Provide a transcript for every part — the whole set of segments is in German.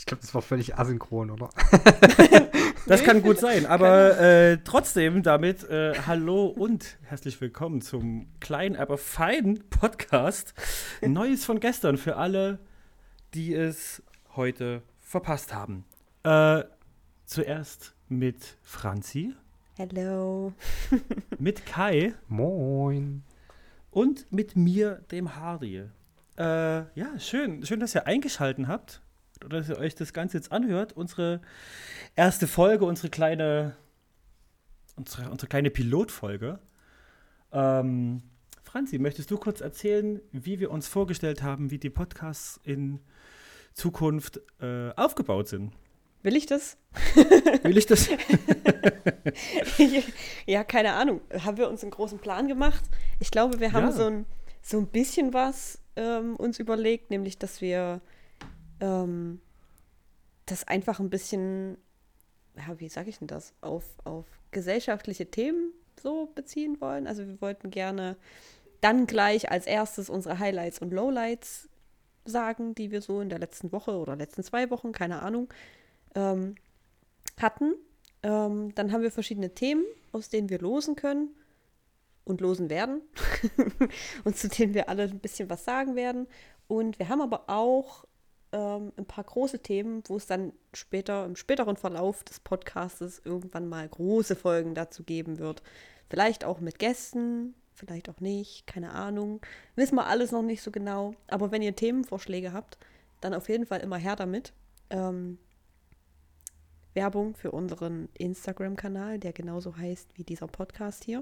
Ich glaube, das war völlig asynchron, oder? Das kann gut sein, aber trotzdem damit hallo und herzlich willkommen zum kleinen, aber feinen Podcast. Neues von gestern für alle, die es heute verpasst haben. Zuerst mit Franzi. Hello. Mit Kai. Moin. Und mit mir, dem Hardy. Ja, schön, dass ihr eingeschaltet habt. Oder dass ihr euch das Ganze jetzt anhört. Unsere erste Folge, unsere kleine Pilotfolge. Franzi, möchtest du kurz erzählen, wie wir uns vorgestellt haben, wie die Podcasts in Zukunft aufgebaut sind? Will ich das? Will ich das? Ja, keine Ahnung. Haben wir uns einen großen Plan gemacht? Ich glaube, wir haben so ein bisschen was uns überlegt, nämlich, dass wir das einfach ein bisschen, ja, wie sage ich denn das, auf gesellschaftliche Themen so beziehen wollen. Also wir wollten gerne dann gleich als erstes unsere Highlights und Lowlights sagen, die wir so in der letzten Woche oder letzten 2 Wochen, keine Ahnung, hatten. Dann haben wir verschiedene Themen, aus denen wir losen können und losen werden und zu denen wir alle ein bisschen was sagen werden. Und wir haben aber auch ein paar große Themen, wo es dann später, im späteren Verlauf des Podcastes irgendwann mal große Folgen dazu geben wird. Vielleicht auch mit Gästen, vielleicht auch nicht, keine Ahnung. Wissen wir alles noch nicht so genau. Aber wenn ihr Themenvorschläge habt, dann auf jeden Fall immer her damit. Werbung für unseren Instagram-Kanal, der genauso heißt wie dieser Podcast hier.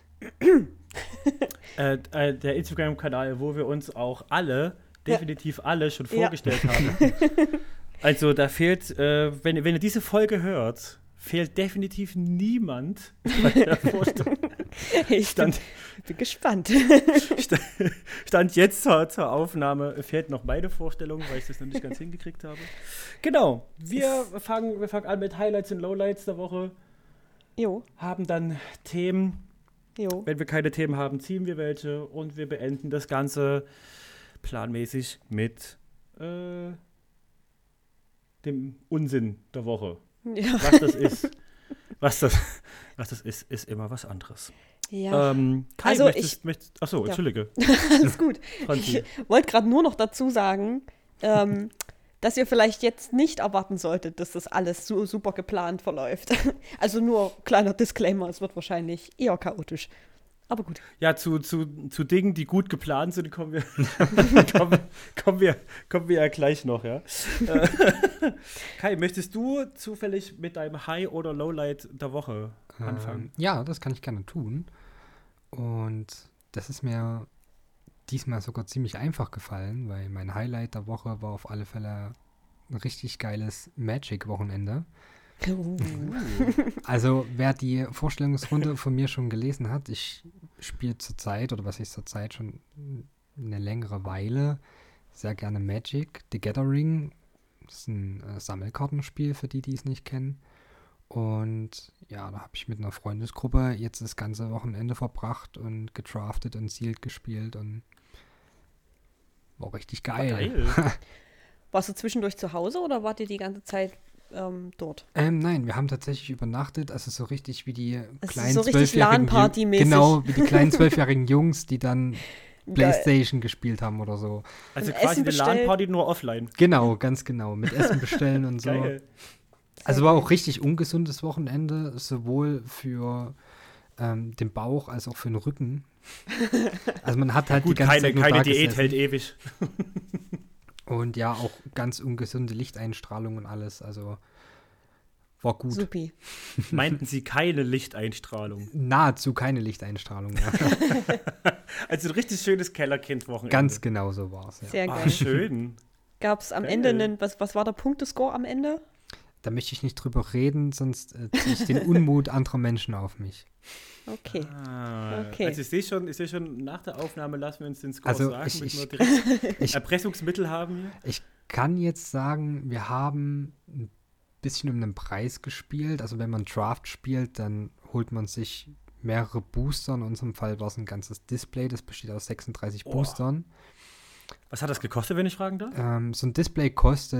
Der Instagram-Kanal, wo wir uns auch definitiv alle schon vorgestellt haben. Also da fehlt, wenn ihr diese Folge hört, fehlt definitiv niemand bei der Vorstellung. Ich bin gespannt. Stand jetzt zur Aufnahme, fehlt noch meine Vorstellung, weil ich das noch nicht ganz hingekriegt habe. Genau, wir fangen an mit Highlights und Lowlights der Woche. Jo. Haben dann Themen. Jo. Wenn wir keine Themen haben, ziehen wir welche und wir beenden das Ganze planmäßig mit dem Unsinn der Woche. Ja. Was das ist immer was anderes. Ja. Kai, also achso, Entschuldige. Alles gut. Ich wollte gerade nur noch dazu sagen, dass ihr vielleicht jetzt nicht erwarten solltet, dass das alles so super geplant verläuft. Also nur kleiner Disclaimer, es wird wahrscheinlich eher chaotisch. Aber gut. Ja, zu Dingen, die gut geplant sind, kommen wir ja gleich noch, ja. Kai, möchtest du zufällig mit deinem High- oder Lowlight der Woche anfangen? Ja, das kann ich gerne tun. Und das ist mir diesmal sogar ziemlich einfach gefallen, weil mein Highlight der Woche war auf alle Fälle ein richtig geiles Magic-Wochenende. Also, wer die Vorstellungsrunde von mir schon gelesen hat, ich spiele zurzeit, oder was ich zurzeit schon eine längere Weile, sehr gerne Magic, The Gathering. Das ist ein Sammelkartenspiel für die es nicht kennen. Und ja, da habe ich mit einer Freundesgruppe jetzt das ganze Wochenende verbracht und gedraftet und sealed gespielt und war richtig geil. Warst du zwischendurch zu Hause oder wart ihr die ganze Zeit dort? Nein, wir haben tatsächlich übernachtet, also so richtig wie die kleinen so richtig LAN-Party-mäßig. Genau, wie die kleinen 12-jährigen Jungs, die dann Playstation gespielt haben oder so. Also quasi eine LAN-Party nur offline. Genau, ganz genau, mit Essen bestellen und so. Geil. Also war auch richtig ungesundes Wochenende, sowohl für den Bauch als auch für den Rücken. Also man hat halt gut, die ganze Zeit nur keine da Diät gesessen. hält ewig. Und ja, auch ganz ungesunde Lichteinstrahlung und alles, also war gut. Supi. Meinten Sie keine Lichteinstrahlung? Nahezu keine Lichteinstrahlung, ja. Also ein richtig schönes Kellerkind-Wochenende. Ganz genau so war es, ja. Sehr geil. Schön. Gab es am Ende was war der Punktescore am Ende? Da möchte ich nicht drüber reden, sonst ziehe ich den Unmut anderer Menschen auf mich. Okay. Okay. Also ich sehe schon, nach der Aufnahme lassen wir uns den Score Also sagen, damit wir direkt Erpressungsmittel haben hier. Ich kann jetzt sagen, wir haben ein bisschen um den Preis gespielt. Also wenn man Draft spielt, dann holt man sich mehrere Booster. In unserem Fall war es ein ganzes Display, das besteht aus 36 Boostern. Was hat das gekostet, wenn ich fragen darf? So ein Display kostet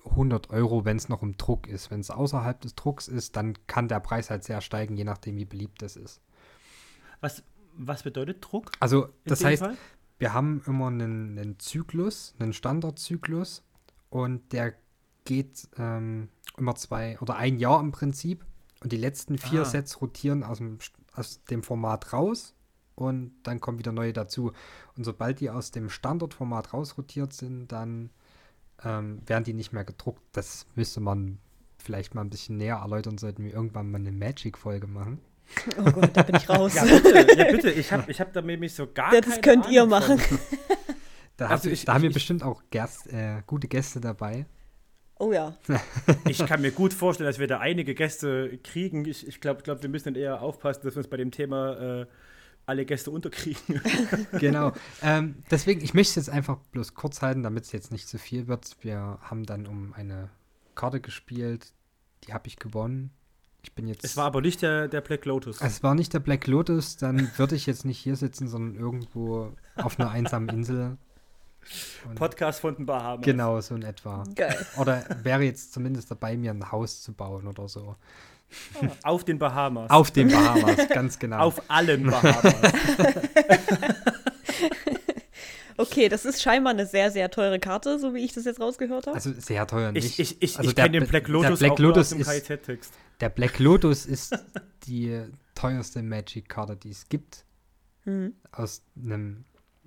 100 Euro, wenn es noch im Druck ist. Wenn es außerhalb des Drucks ist, dann kann der Preis halt sehr steigen, je nachdem, wie beliebt das ist. Was bedeutet Druck? Also, in das dem heißt, Fall? wir haben immer einen Zyklus, einen Standardzyklus und der geht immer 2 oder 1 Jahr im Prinzip und die letzten 4 Sets rotieren aus dem Format raus und dann kommen wieder neue dazu. Und sobald die aus dem Standardformat rausrotiert sind, dann werden die nicht mehr gedruckt. Das müsste man vielleicht mal ein bisschen näher erläutern, sollten wir irgendwann mal eine Magic-Folge machen. Oh Gott, da bin ich raus. Ja, bitte. Ich hab da nämlich so gar Das keine könnt ihr Ahnung machen. von. Da Also haben wir bestimmt auch gute Gäste dabei. Oh ja. Ich kann mir gut vorstellen, dass wir da einige Gäste kriegen. Ich glaube, wir müssen dann eher aufpassen, dass wir uns bei dem Thema alle Gäste unterkriegen. Genau. Deswegen, ich möchte es jetzt einfach bloß kurz halten, damit es jetzt nicht zu viel wird. Wir haben dann um eine Karte gespielt. Die habe ich gewonnen. Ich bin jetzt. Es war aber nicht der Black Lotus. Es war nicht der Black Lotus, dann würde ich jetzt nicht hier sitzen, sondern irgendwo auf einer einsamen Insel. Und Podcast von den Bahamas. genau, so in etwa. Geil. Oder wäre jetzt zumindest dabei, mir ein Haus zu bauen oder so. Auf den Bahamas. Auf den Bahamas, ganz genau. Auf allen Bahamas. Okay, das ist scheinbar eine sehr, sehr teure Karte, so wie ich das jetzt rausgehört habe. Also sehr teuer nicht. Ich Also kenne den Black Lotus der Black auch nur Lotus aus dem ist, KIZ-Text. Der Black Lotus ist die teuerste Magic-Karte, die es gibt. Aus dem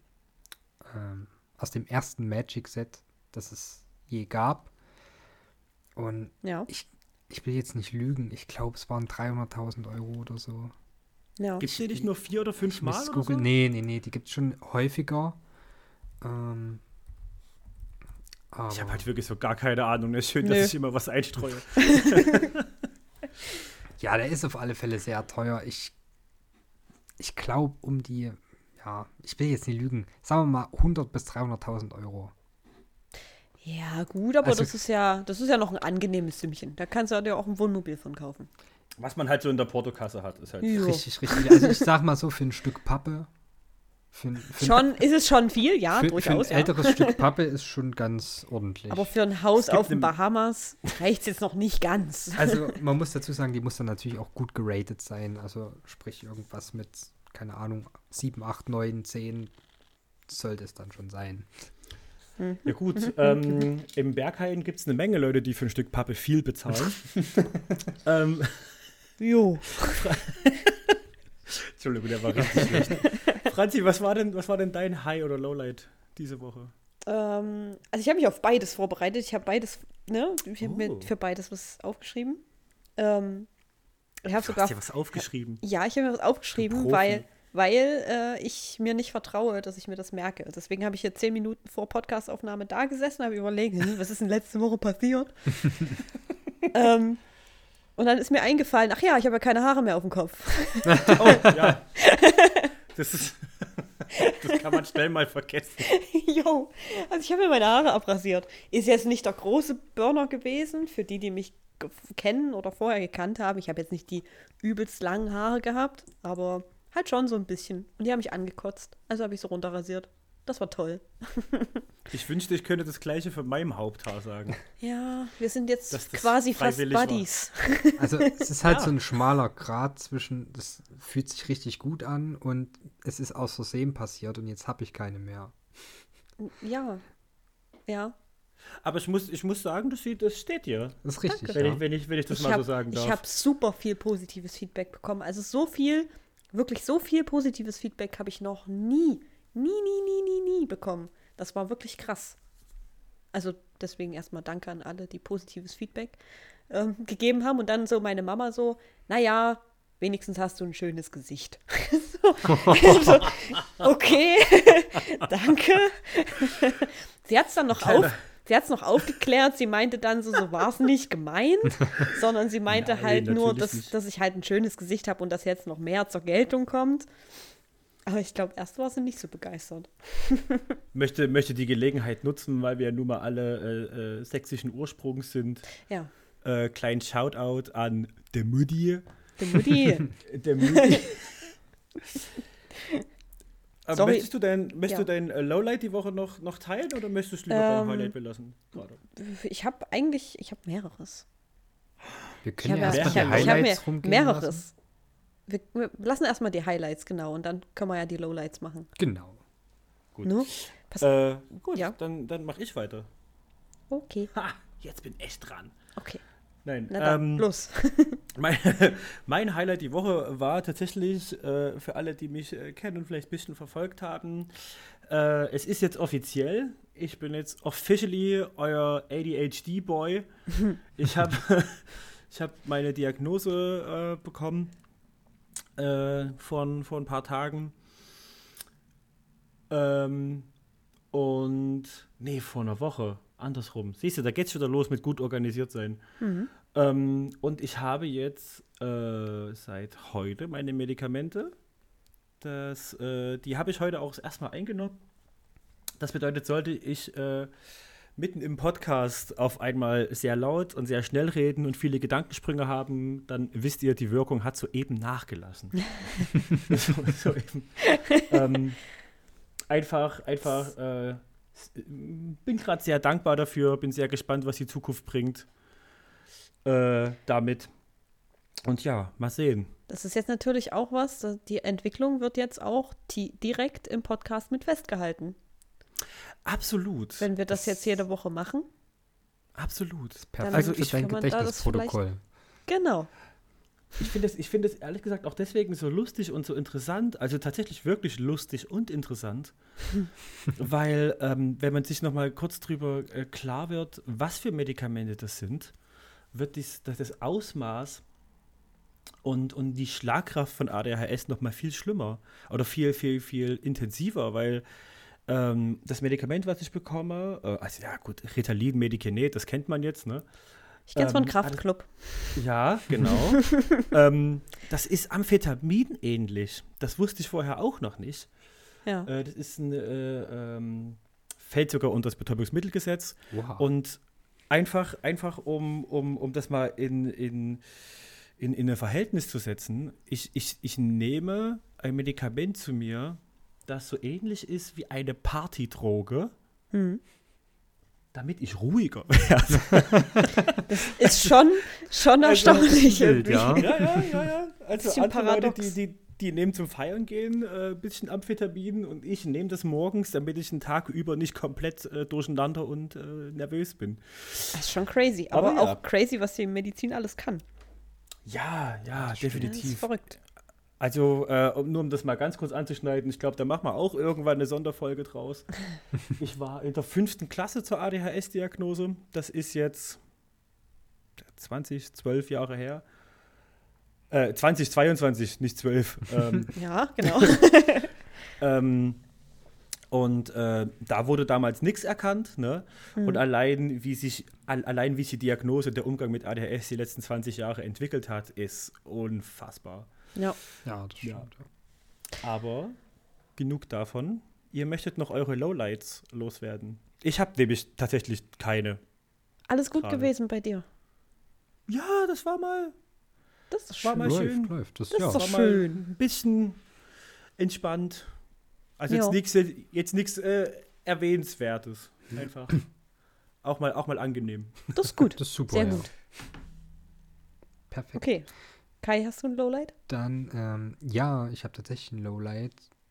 ersten Magic-Set, das es je gab. Und Ja. ich will jetzt nicht lügen, ich glaube, es waren 300.000 Euro oder so. Ja. Gibt es die nicht nur 4 oder 5 Mal Müsst oder so? googeln. Nee, die gibt es schon häufiger. Ich habe halt wirklich so gar keine Ahnung. Es ist schön, Nö. dass ich immer was einstreue. Ja, der ist auf alle Fälle sehr teuer. Ich glaube ich will jetzt nicht lügen, sagen wir mal 100.000 bis 300.000 Euro. Ja, gut, aber Also- das ist ja noch ein angenehmes Sümmchen. Da kannst du dir auch ein Wohnmobil von kaufen. Was man halt so in der Portokasse hat, ist halt. Ja. Richtig. Also ich sag mal so, für ein Stück Pappe, Ist es schon viel? Ja, für ein durchaus, ja. älteres Stück Pappe ist schon ganz ordentlich. Aber für ein Haus Es gibt auf den Bahamas reicht es jetzt noch nicht ganz. Also man muss dazu sagen, die muss dann natürlich auch gut geratet sein. Also sprich irgendwas mit, keine Ahnung, 7, 8, 9, 10 sollte es dann schon sein. Ja gut, im Berghain gibt es eine Menge Leute, die für ein Stück Pappe viel bezahlen. Jo. Entschuldigung, der war richtig schlecht. Franzi, was war denn dein High- oder Lowlight diese Woche? Also ich habe mich auf beides vorbereitet. Ich habe beides, ich habe Oh. mir für beides was aufgeschrieben. Ich habe Du sogar, hast dir was aufgeschrieben. ja, ich habe mir was aufgeschrieben, Du Profi. weil ich mir nicht vertraue, dass ich mir das merke. Deswegen habe ich hier 10 Minuten vor Podcastaufnahme da gesessen und habe überlegt, was ist denn letzte Woche passiert? Und dann ist mir eingefallen, ach ja, ich habe ja keine Haare mehr auf dem Kopf. Oh, ja. Das kann man schnell mal vergessen. Jo, also ich habe mir meine Haare abrasiert. Ist jetzt nicht der große Burner gewesen, für die mich kennen oder vorher gekannt haben. Ich habe jetzt nicht die übelst langen Haare gehabt, aber halt schon so ein bisschen. Und die haben mich angekotzt. Also habe ich so runterrasiert. Das war toll. Ich wünschte, ich könnte das Gleiche von meinem Haupthaar sagen. Ja, wir sind jetzt Dass das quasi fast freiwillig war. Buddies. Also es ist halt Ja. so ein schmaler Grat zwischen, das fühlt sich richtig gut an und es ist aus Versehen passiert und jetzt habe ich keine mehr. Ja. Ja. Aber ich muss sagen, das steht dir. Das ist richtig, Danke. ja. Wenn ich das mal so sagen darf. Ich habe super viel positives Feedback bekommen. Also wirklich so viel positives Feedback habe ich noch nie bekommen. Das war wirklich krass. Also deswegen erstmal danke an alle, die positives Feedback gegeben haben. Und dann so meine Mama so, naja, wenigstens hast du ein schönes Gesicht. So, okay, danke. Sie hat es dann noch aufgeklärt. Sie meinte dann so war es nicht gemeint, sondern sie meinte Nein, halt nur, natürlich nicht. dass ich halt ein schönes Gesicht habe und dass jetzt noch mehr zur Geltung kommt. Aber ich glaube, erst war sie nicht so begeistert. möchte die Gelegenheit nutzen, weil wir ja nun mal alle sächsischen Ursprungs sind. Ja, Kleinen Shoutout an der Mutti. der Mutti. Der Mutti. Sorry. Möchtest du dein Lowlight die Woche noch teilen oder möchtest du lieber beim Highlight belassen? Gerade? Ich habe mehreres. Wir können Ich ja habe erstmal die ich hab Highlights rumgehen mehreres. lassen. Wir lassen erstmal die Highlights, genau, und dann können wir ja die Lowlights machen. Genau. Gut. No? Gut, Ja. dann mache ich weiter. Okay, Ha, jetzt bin ich dran. okay. Nein, Na dann, los. mein Highlight die Woche war tatsächlich, für alle, die mich kennen und vielleicht ein bisschen verfolgt haben, es ist jetzt offiziell, ich bin jetzt officially euer ADHD-Boy. Ich habe meine Diagnose bekommen vor ein paar Tagen. Vor einer Woche. Andersrum. Siehst du, da geht's wieder los mit gut organisiert sein. Und ich habe jetzt seit heute meine Medikamente. Die habe ich heute auch das erste Mal eingenommen. Das bedeutet, sollte ich mitten im Podcast auf einmal sehr laut und sehr schnell reden und viele Gedankensprünge haben, dann wisst ihr, die Wirkung hat soeben nachgelassen. Bin gerade sehr dankbar dafür, bin sehr gespannt, was die Zukunft bringt damit. Und ja, mal sehen. Das ist jetzt natürlich auch was, die Entwicklung wird jetzt auch direkt im Podcast mit festgehalten. Absolut. Wenn wir das jetzt jede Woche machen. Absolut. Dann Also kann ich ein man da das Gedächtnisprotokoll. Genau. Ich finde es ehrlich gesagt auch deswegen so lustig und so interessant, also tatsächlich wirklich lustig und interessant, weil wenn man sich noch mal kurz drüber klar wird, was für Medikamente das sind, wird das Ausmaß und die Schlagkraft von ADHS noch mal viel schlimmer oder viel, viel, viel intensiver, weil das Medikament, was ich bekomme, also ja gut, Ritalin, Medikinet, das kennt man jetzt, ne? Ich kenne es von Kraftklub. Ja, genau. Das ist Amphetamin ähnlich. Das wusste ich vorher auch noch nicht. Ja. Das ist fällt sogar unter das Betäubungsmittelgesetz. Wow. Und einfach um das mal in ein Verhältnis zu setzen, ich nehme ein Medikament zu mir, das so ähnlich ist wie eine Partydroge, damit ich ruhiger werde. Das ist schon erstaunlich. wild, irgendwie. ja. Ja. Also Bisschen andere Leute, paradox. die nehmen zum Feiern gehen ein bisschen Amphetamin und ich nehme das morgens, damit ich den Tag über nicht komplett durcheinander und nervös bin. Das ist schon crazy. Aber Aber ja. auch crazy, was die Medizin alles kann. Ja, Das ist definitiv. verrückt. Also, um das mal ganz kurz anzuschneiden, ich glaube, da machen wir auch irgendwann eine Sonderfolge draus. Ich war in der 5. Klasse zur ADHS-Diagnose. Das ist jetzt 12 Jahre her. 2022, nicht 12. Ja, genau. Da wurde damals nichts erkannt, ne? Und allein wie sich die Diagnose, der Umgang mit ADHS die letzten 20 Jahre entwickelt hat, ist unfassbar. Ja. Ja, das stimmt. Ja. Aber genug davon. Ihr möchtet noch eure Lowlights loswerden. Ich habe nämlich tatsächlich keine. Alles gut Gerade. gewesen bei dir. Ja, das war mal Das ist War schön. mal schön. Läuft. Das, Das ja. ist doch war mal schön. ein bisschen entspannt. Also Ja. jetzt nichts Erwähnenswertes. Einfach auch mal angenehm. Das ist gut. Das ist super, Sehr ja. gut. Perfekt. Okay. Kai, hast du ein Lowlight? Dann, ja, ich habe tatsächlich ein Lowlight.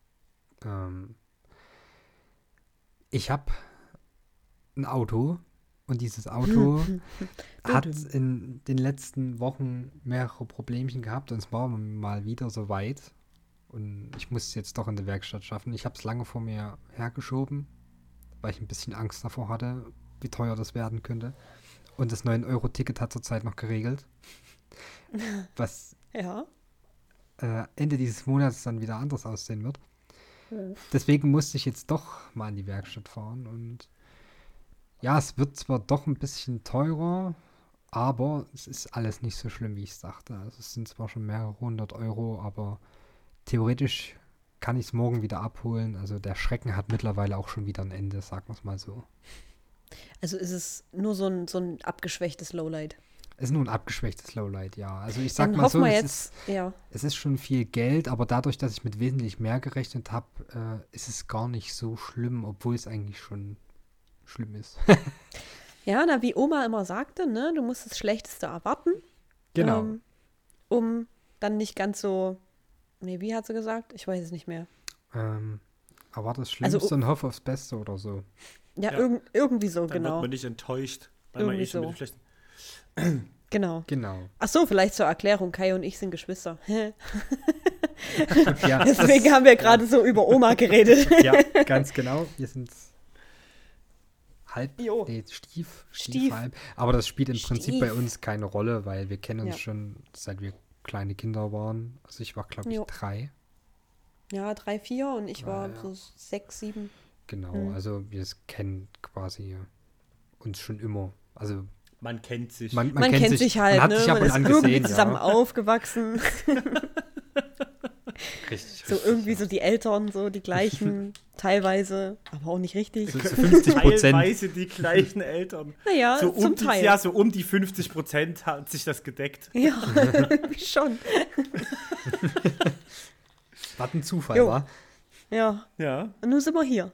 Ich habe ein Auto und dieses Auto hat in den letzten Wochen mehrere Problemchen gehabt und es war mal wieder so weit und ich musste es jetzt doch in der Werkstatt schaffen. Ich habe es lange vor mir hergeschoben, weil ich ein bisschen Angst davor hatte, wie teuer das werden könnte. Und das 9-Euro-Ticket hat zurzeit noch geregelt, was Ja. Ende dieses Monats dann wieder anders aussehen wird. Deswegen musste ich jetzt doch mal in die Werkstatt fahren und ja, es wird zwar doch ein bisschen teurer, aber es ist alles nicht so schlimm, wie ich es dachte. Also es sind zwar schon mehrere 100 €, aber theoretisch kann ich es morgen wieder abholen. Also der Schrecken hat mittlerweile auch schon wieder ein Ende, sagen wir es mal so. Also ist es nur so ein abgeschwächtes Lowlight. Ist nur ein abgeschwächtes Lowlight, ja. Also ich sag Dann mal hoffen so, wir jetzt, es ist schon viel Geld, aber dadurch, dass ich mit wesentlich mehr gerechnet habe, ist es gar nicht so schlimm, obwohl es eigentlich schon schlimm ist. ja, na, wie Oma immer sagte, ne, du musst das Schlechteste erwarten, Genau. um dann nicht ganz so, nee, wie hat sie gesagt? Ich weiß es nicht mehr. Aber das Schlimmste Also, und hoffe aufs Beste oder so. Ja, Ja. irgendwie so, Dann wird genau. man nicht enttäuscht, weil man Irgendwie schon mit so. dem schlechten. Genau. Genau. Ach so, vielleicht zur Erklärung, Kai und ich sind Geschwister. Ja, Deswegen haben wir gerade so über Oma geredet. ja, ganz genau. Wir sind Jo. Stief halb. Aber das spielt im Prinzip bei Stief. uns keine Rolle, weil wir kennen uns Ja. schon, seit wir kleine Kinder waren. Also ich war, glaube ich, Jo. 3. Ja, 3, 4 und ich war Ja. so 6, 7. Genau, also wir kennen quasi uns schon immer. Also Man kennt sich. man Man kennt sich halt, man hat ne? sich ab Man und ist an irgendwie gesehen, zusammen ja. aufgewachsen. Richtig, So irgendwie so die Eltern, so die gleichen, teilweise, aber auch nicht richtig. so 50%. Teilweise die gleichen Eltern. Naja, So zum die, Teil. ja, so um die 50% hat sich das gedeckt. Ja, irgendwie schon. Was ein Zufall, Jo. war. Ja, Ja. und nun sind wir hier.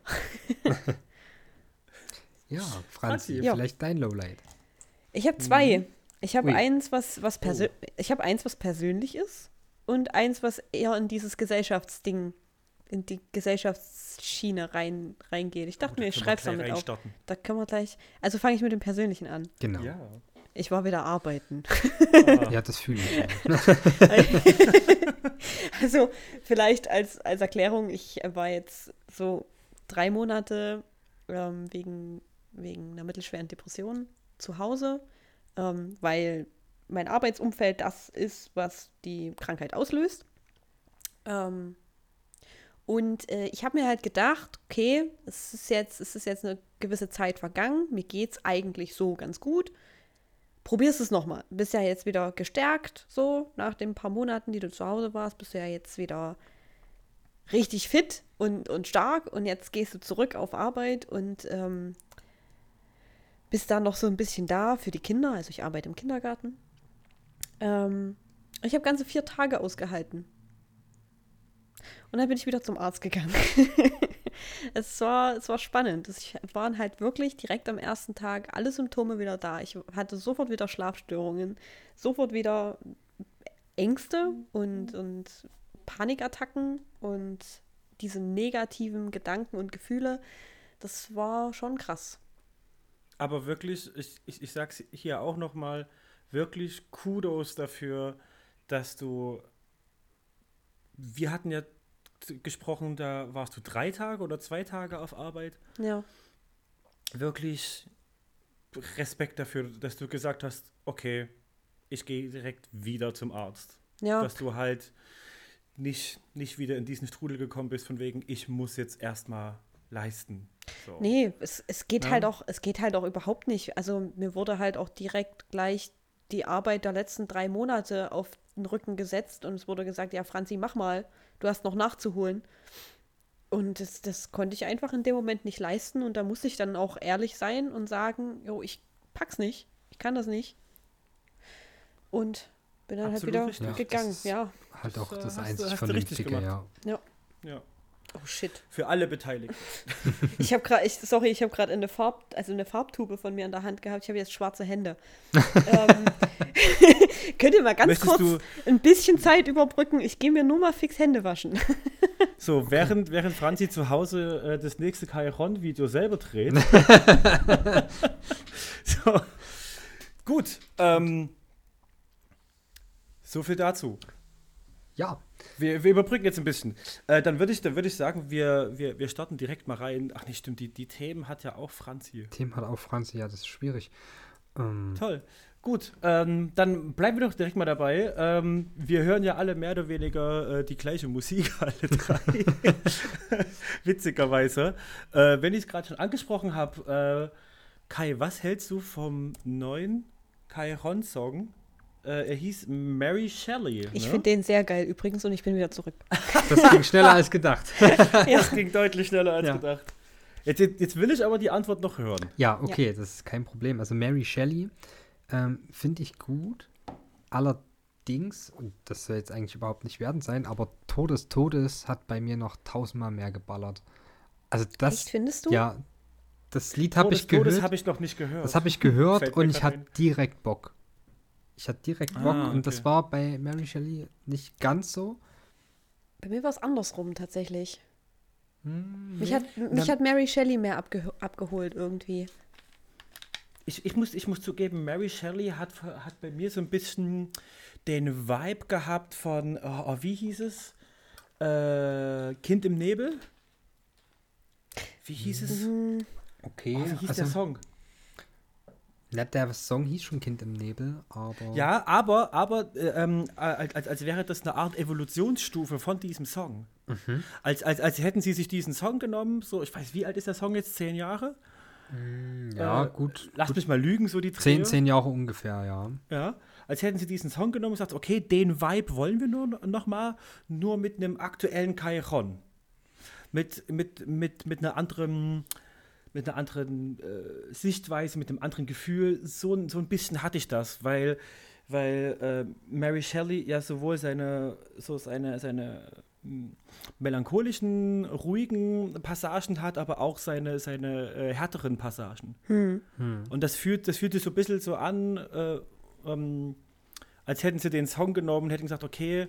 Ja, Franzi, Franzi. Ja. vielleicht dein Lowlight. Ich habe 2. Ich habe Ui. eins, ich habe eins, was persönlich ist und eins, was eher in dieses Gesellschaftsding, in die Gesellschaftsschiene reingeht. Ich dachte mir, ich schreibe es damit auf. Da können wir gleich. Also fange ich mit dem Persönlichen an. Genau. Ja. Ich war wieder arbeiten. Ja, das fühle ich. Ja. Also vielleicht als Erklärung, ich war jetzt so 3 Monate wegen einer mittelschweren Depression zu Hause, weil mein Arbeitsumfeld das ist, was die Krankheit auslöst. Und ich habe mir halt gedacht, okay, es ist jetzt eine gewisse Zeit vergangen, mir geht's eigentlich so ganz gut. Probierst es nochmal. Bist ja jetzt wieder gestärkt, so nach den paar Monaten, die du zu Hause warst, bist du ja jetzt wieder richtig fit und stark und jetzt gehst du zurück auf Arbeit und bist dann noch so ein bisschen da für die Kinder. Also ich arbeite im Kindergarten. Ich habe ganze 4 Tage ausgehalten. Und dann bin ich wieder zum Arzt gegangen. Es war spannend. Es waren halt wirklich direkt am ersten Tag alle Symptome wieder da. Ich hatte sofort wieder Schlafstörungen, sofort wieder Ängste und Panikattacken und diese negativen Gedanken und Gefühle. Das war schon krass. Aber wirklich, ich sag's hier auch nochmal, wirklich Kudos dafür, dass wir hatten ja gesprochen, da warst du 3 Tage oder 2 Tage auf Arbeit. Ja. Wirklich Respekt dafür, dass du gesagt hast, okay, ich gehe direkt wieder zum Arzt. Ja. Dass du halt nicht wieder in diesen Strudel gekommen bist, von wegen, ich muss jetzt erstmal leisten. So. Nee, es geht Ja. halt auch überhaupt nicht. Also mir wurde halt auch direkt gleich die Arbeit der letzten 3 Monate auf den Rücken gesetzt und es wurde gesagt, ja, Franzi, mach mal, du hast noch nachzuholen. Und das konnte ich einfach in dem Moment nicht leisten und da musste ich dann auch ehrlich sein und sagen, jo, ich pack's nicht, ich kann das nicht. Und bin dann Absolut halt richtig. wieder Ja, gegangen, das ist ja. Halt auch das hast einzig du richtig Vernünftige, gemacht. ja. Ja. Oh shit. Für alle Beteiligten. Ich habe gerade eine Farbtube von mir in der Hand gehabt. Ich habe jetzt schwarze Hände. Könnt ihr mal ganz Möchtest kurz ein bisschen Zeit überbrücken? Ich gehe mir nur mal fix Hände waschen. So, während Franzi zu Hause das nächste Chiron-Video selber dreht. So. Gut. So viel dazu. Ja, Wir überbrücken jetzt ein bisschen. Dann würde ich sagen, wir starten direkt mal rein. Ach nee, stimmt, die Themen hat ja auch Franzi. Themen hat auch Franzi, ja, das ist schwierig. Toll. Gut, dann bleiben wir doch direkt mal dabei. Wir hören ja alle mehr oder weniger die gleiche Musik, alle 3. Witzigerweise. Wenn ich es gerade schon angesprochen habe, Kai, was hältst du vom neuen Chiron-Song? Er hieß Mary Shelley. Ich ne? finde den sehr geil übrigens und ich bin wieder zurück. Das ging schneller als gedacht. Das ging deutlich schneller als Ja. gedacht. Jetzt will ich aber die Antwort noch hören. Ja, okay, das ist kein Problem. Also Mary Shelley Finde ich gut. Allerdings, und das soll jetzt eigentlich überhaupt nicht wertend sein, aber Todes hat bei mir noch 1000-mal mehr geballert. Also das, Echt, findest du? ja, das Lied habe ich gehört. Das habe ich noch nicht gehört. Das habe ich gehört Fällt mir und ich grad hatte ein. direkt Bock. Ich hatte direkt Bock Ah, und das okay. war bei Mary Shelley nicht ganz so. Bei mir war es andersrum tatsächlich. Mich Nee. hat Mary Shelley mehr abgeholt irgendwie. Ich muss zugeben, Mary Shelley hat bei mir so ein bisschen den Vibe gehabt von, wie hieß es? Kind im Nebel? Wie hieß es? Okay, Wie hieß der Song? Der Song hieß schon Kind im Nebel, aber Ja, aber als wäre das eine Art Evolutionsstufe von diesem Song. Als hätten sie sich diesen Song genommen, so, ich weiß, wie alt ist der Song jetzt? 10 Jahre? ja, gut. Lass mich mal lügen, so die 10 Jahre ungefähr, ja. Ja, als hätten sie diesen Song genommen und gesagt, okay, den Vibe wollen wir noch mal, nur mit einem aktuellen Cajon. Mit einer anderen Sichtweise, mit einem anderen Gefühl. So ein bisschen hatte ich das, weil Mary Shelley ja sowohl seine melancholischen, ruhigen Passagen hat, aber auch seine härteren Passagen. Und das fühlt sich so ein bisschen so an, als hätten sie den Song genommen und hätten gesagt, okay,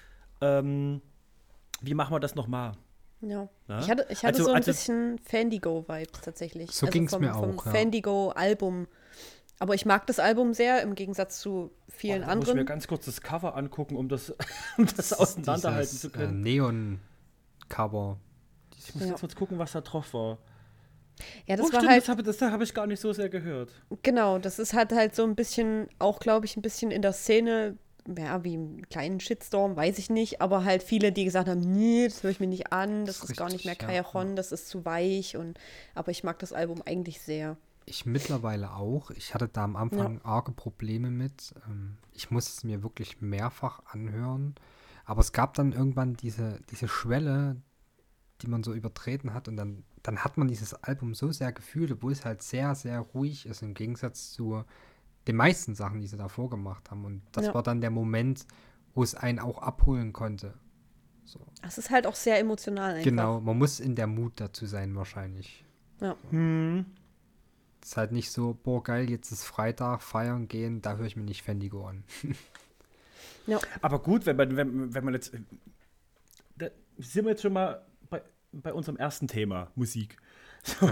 wie machen wir das nochmal? Ja. Ja? Ich hatte Also- so ein also- bisschen Fandigo-Vibes tatsächlich. So ging's mir vom auch, ja. Fandigo-Album. Aber ich mag das Album sehr, im Gegensatz zu vielen Da muss ich mir anderen. ganz kurz das Cover angucken, um das auseinanderhalten Dieses, zu können. Neon-Cover. Ich muss Ja. jetzt kurz gucken, was da drauf war. Ja, das war stimmt, halt, das habe ich gar nicht so sehr gehört. genau, das ist halt so ein bisschen, auch glaube ich, ein bisschen in der Szene, ja, wie einen kleinen Shitstorm, weiß ich nicht, aber halt viele, die gesagt haben, nee, das höre ich mir nicht an, das Das ist ist gar nicht mehr richtig, ja, Cajon, das ist zu weich aber ich mag das Album eigentlich sehr. Ich mittlerweile auch. Ich hatte da am Anfang arge Probleme mit. Ich musste es mir wirklich mehrfach anhören. Aber es gab dann irgendwann diese Schwelle, die man so übertreten hat. Und dann hat man dieses Album so sehr gefühlt, obwohl es halt sehr, sehr ruhig ist, im Gegensatz zu den meisten Sachen, die sie davor gemacht haben. Und das Ja. war dann der Moment, wo es einen auch abholen konnte. So. Es ist halt auch sehr emotional einfach. Genau, man muss in der Mut dazu sein wahrscheinlich. Ja. Es ist halt nicht so, boah geil, jetzt ist Freitag, feiern gehen, da höre ich mir nicht Fandigo an. Ja. Aber gut, wenn man jetzt. Da sind wir jetzt schon mal bei unserem ersten Thema, Musik. So.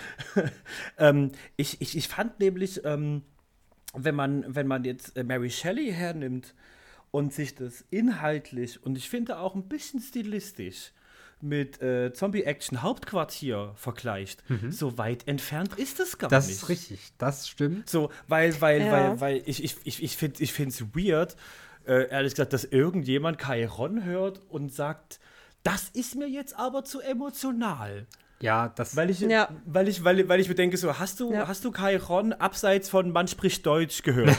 Ich fand nämlich, wenn man jetzt Mary Shelley hernimmt und sich das inhaltlich und ich finde auch ein bisschen stilistisch mit Zombie-Action-Hauptquartier vergleicht, so weit entfernt ist es gar Das nicht. ist richtig, das stimmt. So, weil ich finde es weird, ehrlich gesagt, dass irgendjemand Cajon hört und sagt, das ist mir jetzt aber zu emotional. Ja, das Weil ich mir denke, so, hast du Cajon abseits von Man spricht Deutsch gehört?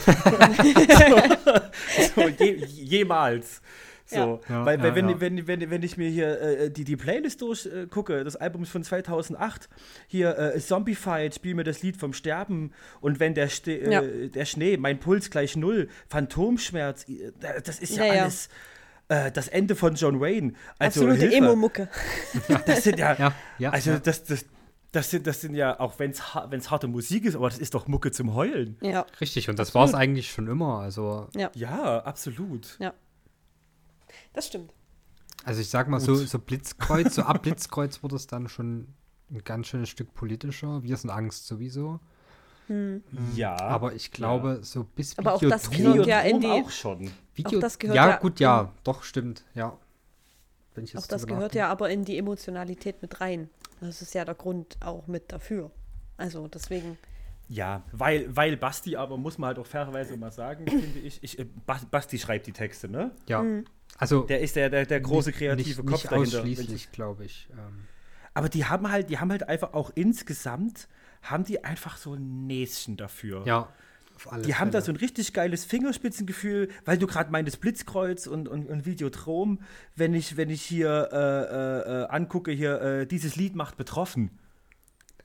Jemals. So, Ja. weil Ja, wenn ich mir hier die Playlist durchgucke, das Album ist von 2008, hier Zombified, spiel mir das Lied vom Sterben und wenn der Schnee, mein Puls gleich 0, Phantomschmerz, das ist ja Ja, ja. alles das Ende von John Wayne. Also, Absolute Hilfe. Emo-Mucke. Das sind ja, ja, also ja. das sind ja, auch wenn es harte Musik ist, aber das ist doch Mucke zum Heulen. Ja, Richtig, und das war es eigentlich schon immer. Also Ja, absolut. das stimmt. Also ich sag mal so Blitzkreuz, so ab Blitzkreuz wurde es dann schon ein ganz schönes Stück politischer. Wir sind Angst sowieso. Ja. Aber ich glaube, so bis Aber auch das Videodrom- gehört ja in die- auch schon. Video, auch das gehört ja, ja- gut, ja, doch, stimmt, ja. Wenn ich jetzt Auch das drüber gehört ja aber in die Emotionalität mit rein. Das ist ja der Grund auch mit dafür. Also deswegen, Ja, weil Basti, aber muss man halt auch fairerweise mal sagen, finde ich, Basti schreibt die Texte, ne? Ja, also Der ist der große kreative nicht, Kopf nicht dahinter. ausschließlich, glaube ich. Aber die haben halt einfach auch insgesamt, haben die einfach so ein Näschen dafür. Ja, auf alle Die haben da Fälle. so ein richtig geiles Fingerspitzengefühl, weil du gerade meintest Blitzkreuz und Videodrom, wenn ich hier angucke, hier dieses Lied macht betroffen.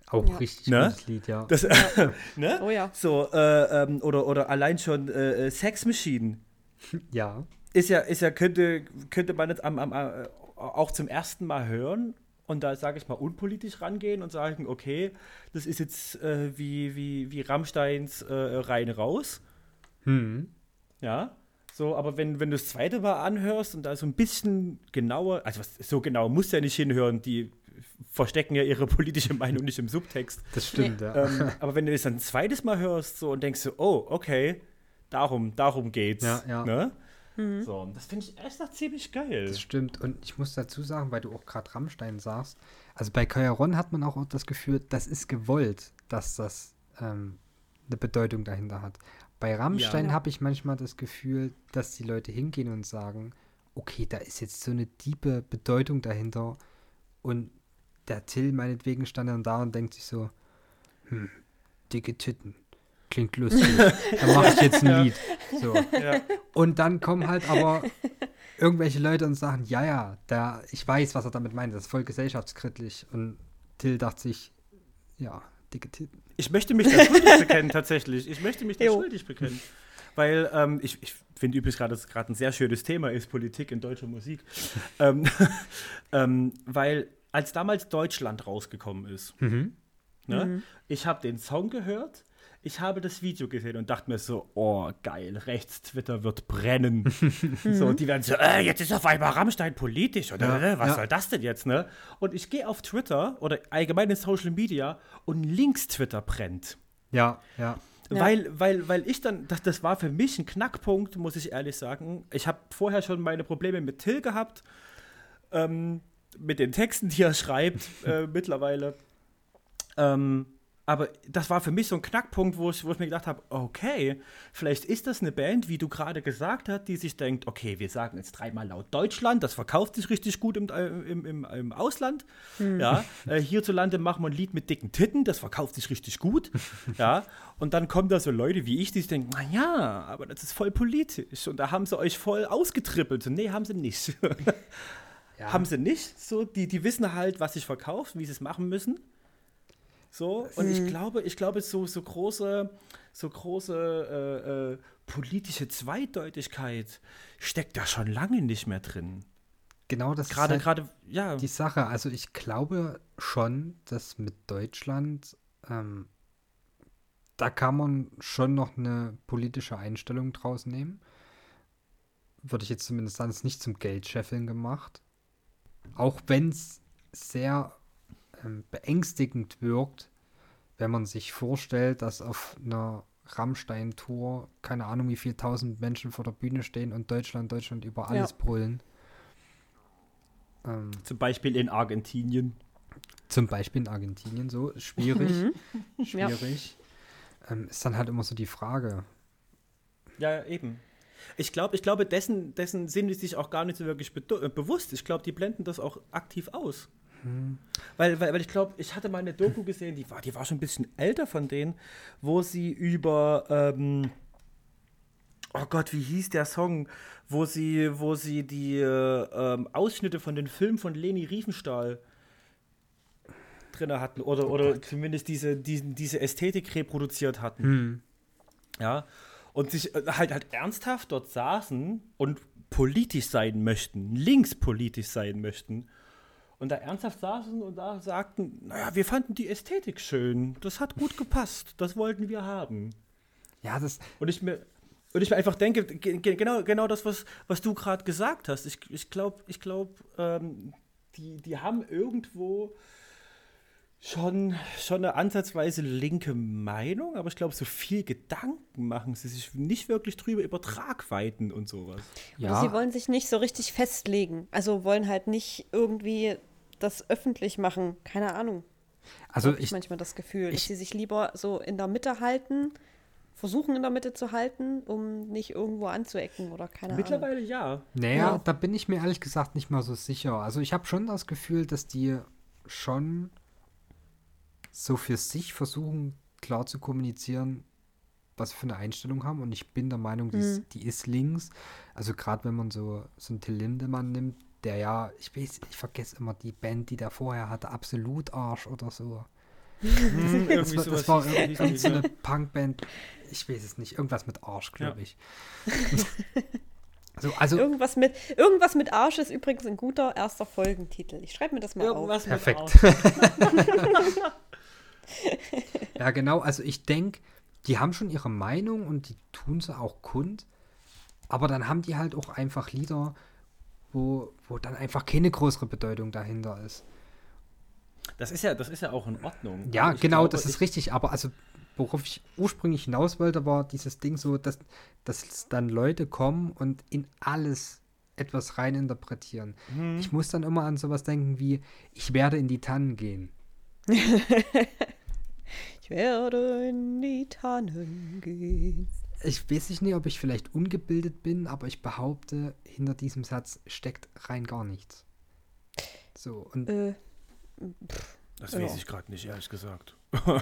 Auch Ja. richtig Ne? gutes Lied, ja. Das, ne? Oh ja. So, oder allein schon Sex Machine. Ja. Ist ja, könnte man jetzt auch zum ersten Mal hören und da, sage ich mal, unpolitisch rangehen und sagen, okay, das ist jetzt wie Rammsteins rein raus. Ja, so, aber wenn du das zweite Mal anhörst und da so ein bisschen genauer, also so genau musst du ja nicht hinhören, die verstecken ja ihre politische Meinung nicht im Subtext. Das stimmt, ja. Aber wenn du das dann ein zweites Mal hörst so und denkst so, oh, okay, darum geht's. Ja, ja. Ne? So, und das finde ich echt noch ziemlich geil. Das stimmt. Und ich muss dazu sagen, weil du auch gerade Rammstein sagst, also bei Koyaron hat man auch das Gefühl, das ist gewollt, dass das eine Bedeutung dahinter hat. Bei Rammstein Ja. habe ich manchmal das Gefühl, dass die Leute hingehen und sagen, okay, da ist jetzt so eine tiefe Bedeutung dahinter und der Till meinetwegen stand dann da und denkt sich so, dicke Titten, klingt lustig, dann mache ich jetzt ein Lied. So. Ja. Und dann kommen halt aber irgendwelche Leute und sagen, ja, ich weiß, was er damit meint, das ist voll gesellschaftskritisch. Und Till dachte sich, ja, dicke Titten. Ich möchte mich da schuldig bekennen, tatsächlich. Ich möchte mich da Jo. schuldig bekennen. Weil ich finde übrigens gerade, dass es gerade ein sehr schönes Thema ist, Politik in deutscher Musik. Weil als damals Deutschland rausgekommen ist, ne, ich habe den Song gehört, ich habe das Video gesehen und dachte mir so, oh geil, Rechts-Twitter wird brennen. So, die werden so, jetzt ist auf einmal Rammstein politisch oder was soll das denn jetzt, ne? Und ich gehe auf Twitter oder allgemein in Social Media und Links-Twitter brennt. Ja. Ja. Weil ich dann, das war für mich ein Knackpunkt, muss ich ehrlich sagen. Ich habe vorher schon meine Probleme mit Till gehabt, mit den Texten, die er schreibt mittlerweile. Aber das war für mich so ein Knackpunkt, wo ich mir gedacht habe, okay, vielleicht ist das eine Band, wie du gerade gesagt hast, die sich denkt, okay, wir sagen jetzt dreimal laut Deutschland, das verkauft sich richtig gut im Ausland. Ja, hierzulande machen wir ein Lied mit dicken Titten, das verkauft sich richtig gut. Ja, und dann kommen da so Leute wie ich, die sich denken, naja, aber das ist voll politisch und da haben sie euch voll ausgetrippelt. So, nee, haben sie nicht. Ja. Haben sie nicht. So, die wissen halt, was sich verkauft, wie sie es machen müssen. So, und ich glaube, so große politische Zweideutigkeit steckt da schon lange nicht mehr drin. Genau, das Gerade, ist halt ja. die Sache. Also ich glaube schon, dass mit Deutschland, da kann man schon noch eine politische Einstellung draus nehmen. Würde ich jetzt zumindest sagen, es ist nicht zum Geldscheffeln gemacht. Auch wenn es sehr beängstigend wirkt, wenn man sich vorstellt, dass auf einer Rammstein-Tour, keine Ahnung wie viel 1000 Menschen vor der Bühne stehen und Deutschland über alles brüllen. Zum Beispiel in Argentinien. Zum Beispiel in Argentinien so. Schwierig. Ja. Ist dann halt immer so die Frage. Ja, eben. Ich glaube, dessen sind die sich auch gar nicht so wirklich bewusst. Ich glaube, die blenden das auch aktiv aus. Weil ich glaube, ich hatte mal eine Doku gesehen, die war schon ein bisschen älter von denen, wo sie über, oh Gott, wie hieß der Song, wo sie die Ausschnitte von den Filmen von Leni Riefenstahl drin hatten oder zumindest diese Ästhetik reproduziert hatten. Ja, und sich halt ernsthaft dort saßen und politisch sein möchten, linkspolitisch sein möchten. Und da ernsthaft saßen und da sagten, naja, wir fanden die Ästhetik schön, das hat gut gepasst, das wollten wir haben. Ja, Und ich mir einfach denke, genau das, was du gerade gesagt hast. Ich glaube, die haben irgendwo schon eine ansatzweise linke Meinung, aber ich glaube, so viel Gedanken machen sie sich nicht wirklich drüber über Tragweiten und sowas. Oder sie wollen sich nicht so richtig festlegen. Also wollen halt nicht irgendwie das öffentlich machen. Keine Ahnung. Also Ich manchmal das Gefühl, dass sie sich lieber so in der Mitte halten, versuchen in der Mitte zu halten, um nicht irgendwo anzuecken oder keine Ahnung. Mittlerweile ja. Naja, da bin ich mir ehrlich gesagt nicht mal so sicher. Also ich habe schon das Gefühl, dass die schon so für sich versuchen, klar zu kommunizieren, was sie für eine Einstellung haben. Und ich bin der Meinung, die ist links. Also gerade wenn man so einen Till Lindemann nimmt, der ja, ich vergesse immer die Band, die der vorher hatte, Absolut Arsch oder so. Irgendwie Das sowas war hieß irgend die, so ja. eine Punkband, ich weiß es nicht, irgendwas mit Arsch, glaube ich. Also Irgendwas mit Arsch ist übrigens ein guter erster Folgentitel. Ich schreibe mir das mal auf. perfekt. Ja, genau, also ich denke, die haben schon ihre Meinung und die tun sie auch kund, aber dann haben die halt auch einfach Lieder, wo dann einfach keine größere Bedeutung dahinter ist. Das ist ja auch in Ordnung. Ja, Aber ich genau, glaube, das ist richtig, aber also worauf ich ursprünglich hinaus wollte, war dieses Ding so, dass dann Leute kommen und in alles etwas reininterpretieren. Ich muss dann immer an sowas denken wie, ich werde in die Tannen gehen. Ich werde in die Tannen gehen. Ich weiß nicht, ob ich vielleicht ungebildet bin, aber ich behaupte, hinter diesem Satz steckt rein gar nichts. So, und Das weiß ich gerade nicht, ehrlich gesagt.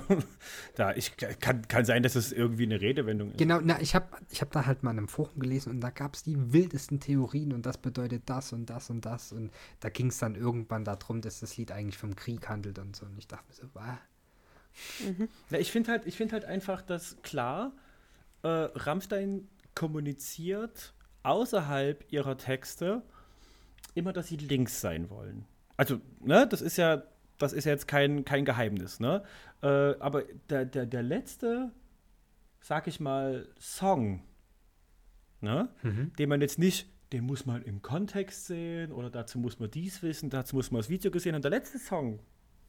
Kann sein, dass es irgendwie eine Redewendung ist. genau, ich hab da halt mal in einem Forum gelesen und da gab es die wildesten Theorien und das bedeutet das und das und das und da ging es dann irgendwann darum, dass das Lied eigentlich vom Krieg handelt und so und ich dachte mir so, Ja, ich finde halt einfach, dass klar, Rammstein kommuniziert außerhalb ihrer Texte immer, dass sie links sein wollen. Also, ne, das ist ja jetzt kein Geheimnis, ne? Aber der letzte, sag ich mal, Song, ne? Den man jetzt nicht, den muss man im Kontext sehen oder dazu muss man dies wissen, dazu muss man das Video gesehen haben. Der letzte Song,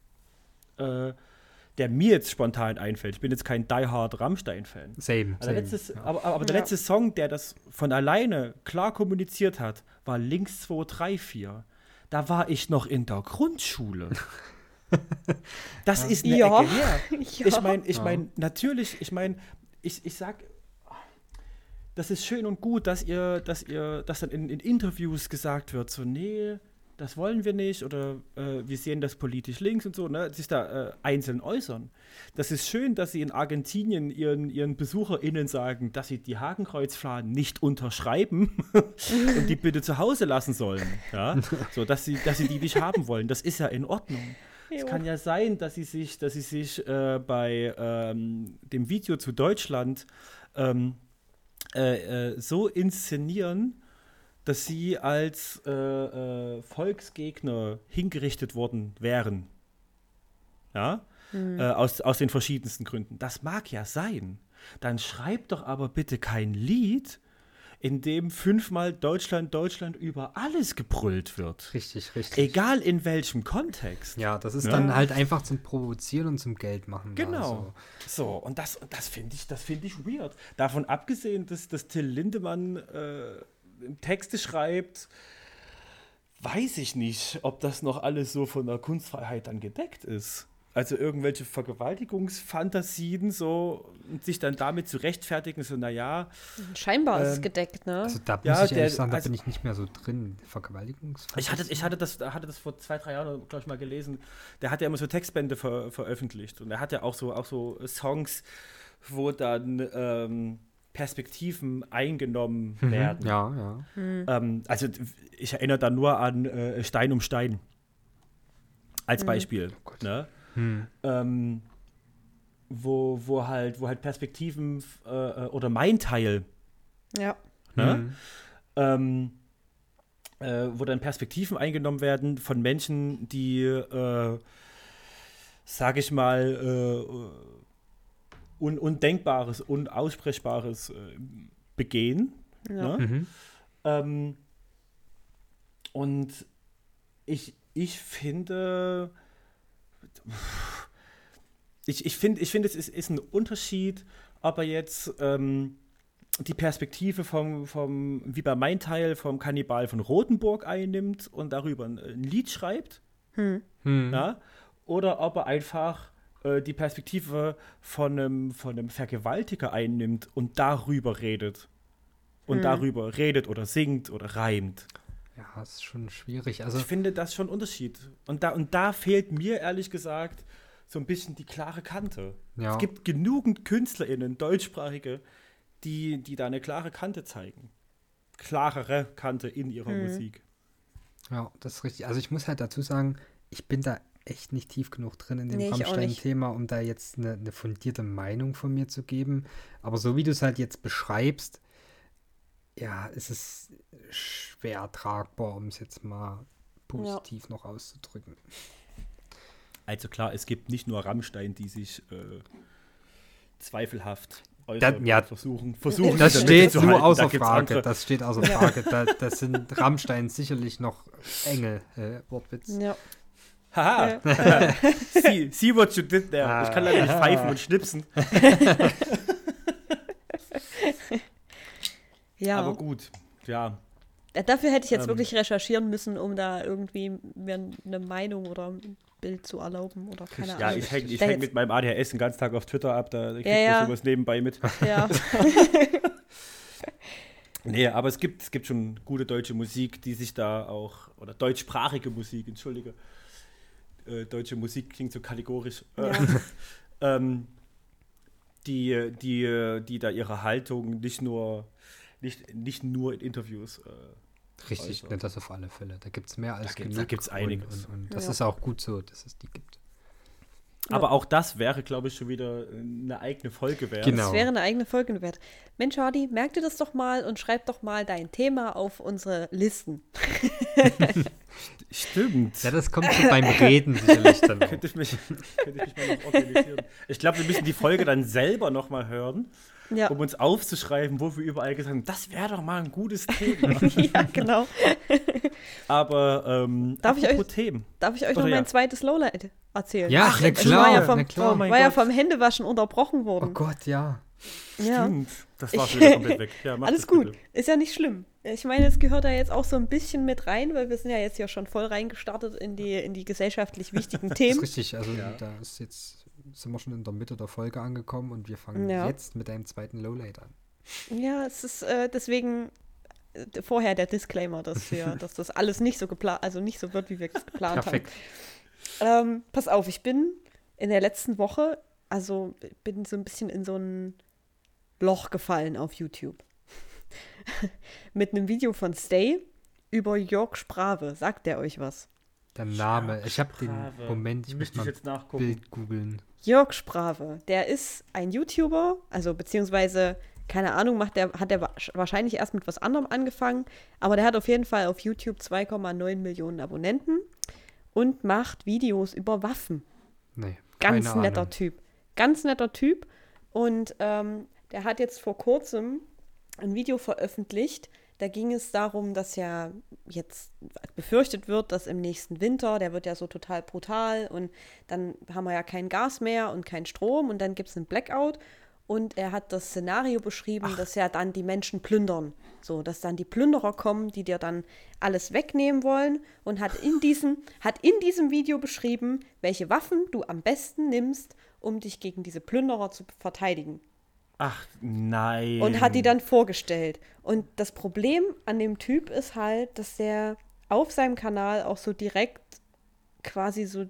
der mir jetzt spontan einfällt, ich bin jetzt kein Die-Hard Rammstein-Fan. same. Aber der letzte Song, der das von alleine klar kommuniziert hat, war Links 2, 3, 4. Da war ich noch in der Grundschule. Das ist eine Ja. Ecke her. Ja. Ich meine, natürlich, ich sag, das ist schön und gut, dass dann in Interviews gesagt wird, so, nee, das wollen wir nicht oder wir sehen das politisch links und so, ne, sich da einzeln äußern. Das ist schön, dass sie in Argentinien ihren BesucherInnen sagen, dass sie die Hakenkreuzfahnen nicht unterschreiben und die bitte zu Hause lassen sollen. Ja? So, dass sie die nicht haben wollen. Das ist ja in Ordnung. Es kann ja sein, dass sie sich bei dem Video zu Deutschland so inszenieren, dass sie als Volksgegner hingerichtet worden wären. Ja? Aus den verschiedensten Gründen. Das mag ja sein. Dann schreibt doch aber bitte kein Lied, in dem 5-mal Deutschland, Deutschland über alles gebrüllt wird. Richtig. Egal in welchem Kontext. Ja, das ist Ja. dann halt einfach zum Provozieren und zum Geld machen. Genau. So, und das finde ich weird. Davon abgesehen, dass Till Lindemann Texte schreibt, weiß ich nicht, ob das noch alles so von der Kunstfreiheit dann gedeckt ist. Also irgendwelche Vergewaltigungsfantasien so und sich dann damit zu rechtfertigen, so naja. Scheinbar ist es gedeckt, ne? Also da muss Ja, ich ehrlich sagen, da also- bin ich nicht mehr so drin. Vergewaltigungsfantasie. Ich hatte das vor 2-3 Jahren, glaube ich, mal gelesen. Der hat ja immer so Textbände veröffentlicht. Und er hat ja auch so Songs, wo dann Perspektiven eingenommen werden. Ja. Also ich erinnere da nur an Stein um Stein als Beispiel. Ne? Wo halt Perspektiven oder mein Teil, Ja. ne? Wo dann Perspektiven eingenommen werden von Menschen, die, sag ich mal, Undenkbares, Unaussprechbares begehen. Ja. Ne? Und ich finde, ich finde, es ist ein Unterschied, ob er jetzt die Perspektive wie bei mein Teil, vom Kannibal von Rothenburg einnimmt und darüber ein Lied schreibt, ja? Oder ob er einfach die Perspektive von einem Vergewaltiger einnimmt und darüber redet. Und darüber redet oder singt oder reimt. Ja, das ist schon schwierig. Also Ich finde das schon ein Unterschied. Und da fehlt mir ehrlich gesagt so ein bisschen die klare Kante. Ja. Es gibt genügend KünstlerInnen, deutschsprachige, die da eine klare Kante zeigen. Klarere Kante in ihrer Musik. Ja, das ist richtig. Also ich muss halt dazu sagen, ich bin da echt nicht tief genug drin in dem Nee, ich auch nicht. Rammstein-Thema, um da jetzt eine fundierte Meinung von mir zu geben. Aber so wie du es halt jetzt beschreibst, ja, ist es schwer tragbar, um es jetzt mal positiv noch auszudrücken. Also klar, es gibt nicht nur Rammstein, die sich zweifelhaft äußern, versuchen das steht zu so halten. außer Da gibt's Frage. andere. Das steht außer Frage. Das sind Rammstein sicherlich noch Engel, Wortwitz. Ja. Haha. see what you did there. Ich kann leider nicht pfeifen und schnipsen. Ja. Aber gut, ja. Dafür hätte ich jetzt wirklich recherchieren müssen, um da irgendwie mir eine Meinung oder ein Bild zu erlauben oder keine Ahnung. Ja, ich häng mit meinem ADHS den ganzen Tag auf Twitter ab, da kriegt man sowas nebenbei mit. Ja. Nee, aber es gibt schon gute deutsche Musik, die sich da auch, oder deutschsprachige Musik, entschuldige. Deutsche Musik klingt so kategorisch. Ja. Die da ihre Haltung nicht nur in Interviews Richtig, äußern. das auf alle Fälle. Da gibt es mehr als genug. Da gibt's einiges. Und das ist auch gut so, dass es die gibt. Aber auch das wäre, glaube ich, schon wieder eine eigene Folge wert. Genau. Das wäre eine eigene Folge wert. Mensch, Hardy, merk dir das doch mal und schreib doch mal dein Thema auf unsere Listen. Stimmt. Ja, das kommt so beim Reden sicherlich dann noch. Könnte ich mich mal noch organisieren. Ich glaube, wir müssen die Folge dann selber noch mal hören, Ja. um uns aufzuschreiben, wo wir überall gesagt haben, das wäre doch mal ein gutes Thema. Ja, genau. Aber Darf ich apropos Themen. Darf ich euch Oder noch ja. mein zweites Lowlight erzählen? Ja, na es klar, war ja vom, na klar. Oh mein war ja Gott. vom Händewaschen unterbrochen Oh worden. Gott, ja. Ja. Stimmt. Das war schon wieder komplett weg. Ja, mach Alles das gut, bitte. ist ja nicht schlimm. Ich meine, es gehört da jetzt auch so ein bisschen mit rein, weil wir sind ja jetzt ja schon voll reingestartet in die gesellschaftlich wichtigen Das ist Themen. richtig. Also da sind wir schon in der Mitte der Folge angekommen und wir fangen Ja. jetzt mit einem zweiten Lowlight an. Ja, es ist deswegen vorher der Disclaimer, dass das alles nicht so geplant, also nicht so wird, wie wir es geplant Perfekt. haben. Pass auf, ich bin in der letzten Woche, bin so ein bisschen in so ein Loch gefallen auf YouTube. Mit einem Video von Stay über Jörg Sprave. Sagt der euch was? Der Name. Ich habe den Sprave. Moment, ich muss Müsste ich mal jetzt nachgucken. Bild googeln. Jörg Sprave, der ist ein YouTuber, also beziehungsweise, keine Ahnung, hat er wahrscheinlich erst mit was anderem angefangen, aber der hat auf jeden Fall auf YouTube 2,9 Millionen Abonnenten und macht Videos über Waffen. Nee, Ganz keine netter Ahnung. Typ. Ganz netter Typ. Und der hat jetzt vor kurzem ein Video veröffentlicht. Da ging es darum, dass ja jetzt befürchtet wird, dass im nächsten Winter, der wird ja so total brutal und dann haben wir ja kein Gas mehr und kein Strom und dann gibt es einen Blackout. Und er hat das Szenario beschrieben, dass ja dann die Menschen plündern. So, dass dann die Plünderer kommen, die dir dann alles wegnehmen wollen und hat in diesem Video beschrieben, welche Waffen du am besten nimmst, um dich gegen diese Plünderer zu verteidigen. Ach, nein. Und hat die dann vorgestellt. Und das Problem an dem Typ ist halt, dass der auf seinem Kanal auch so direkt quasi so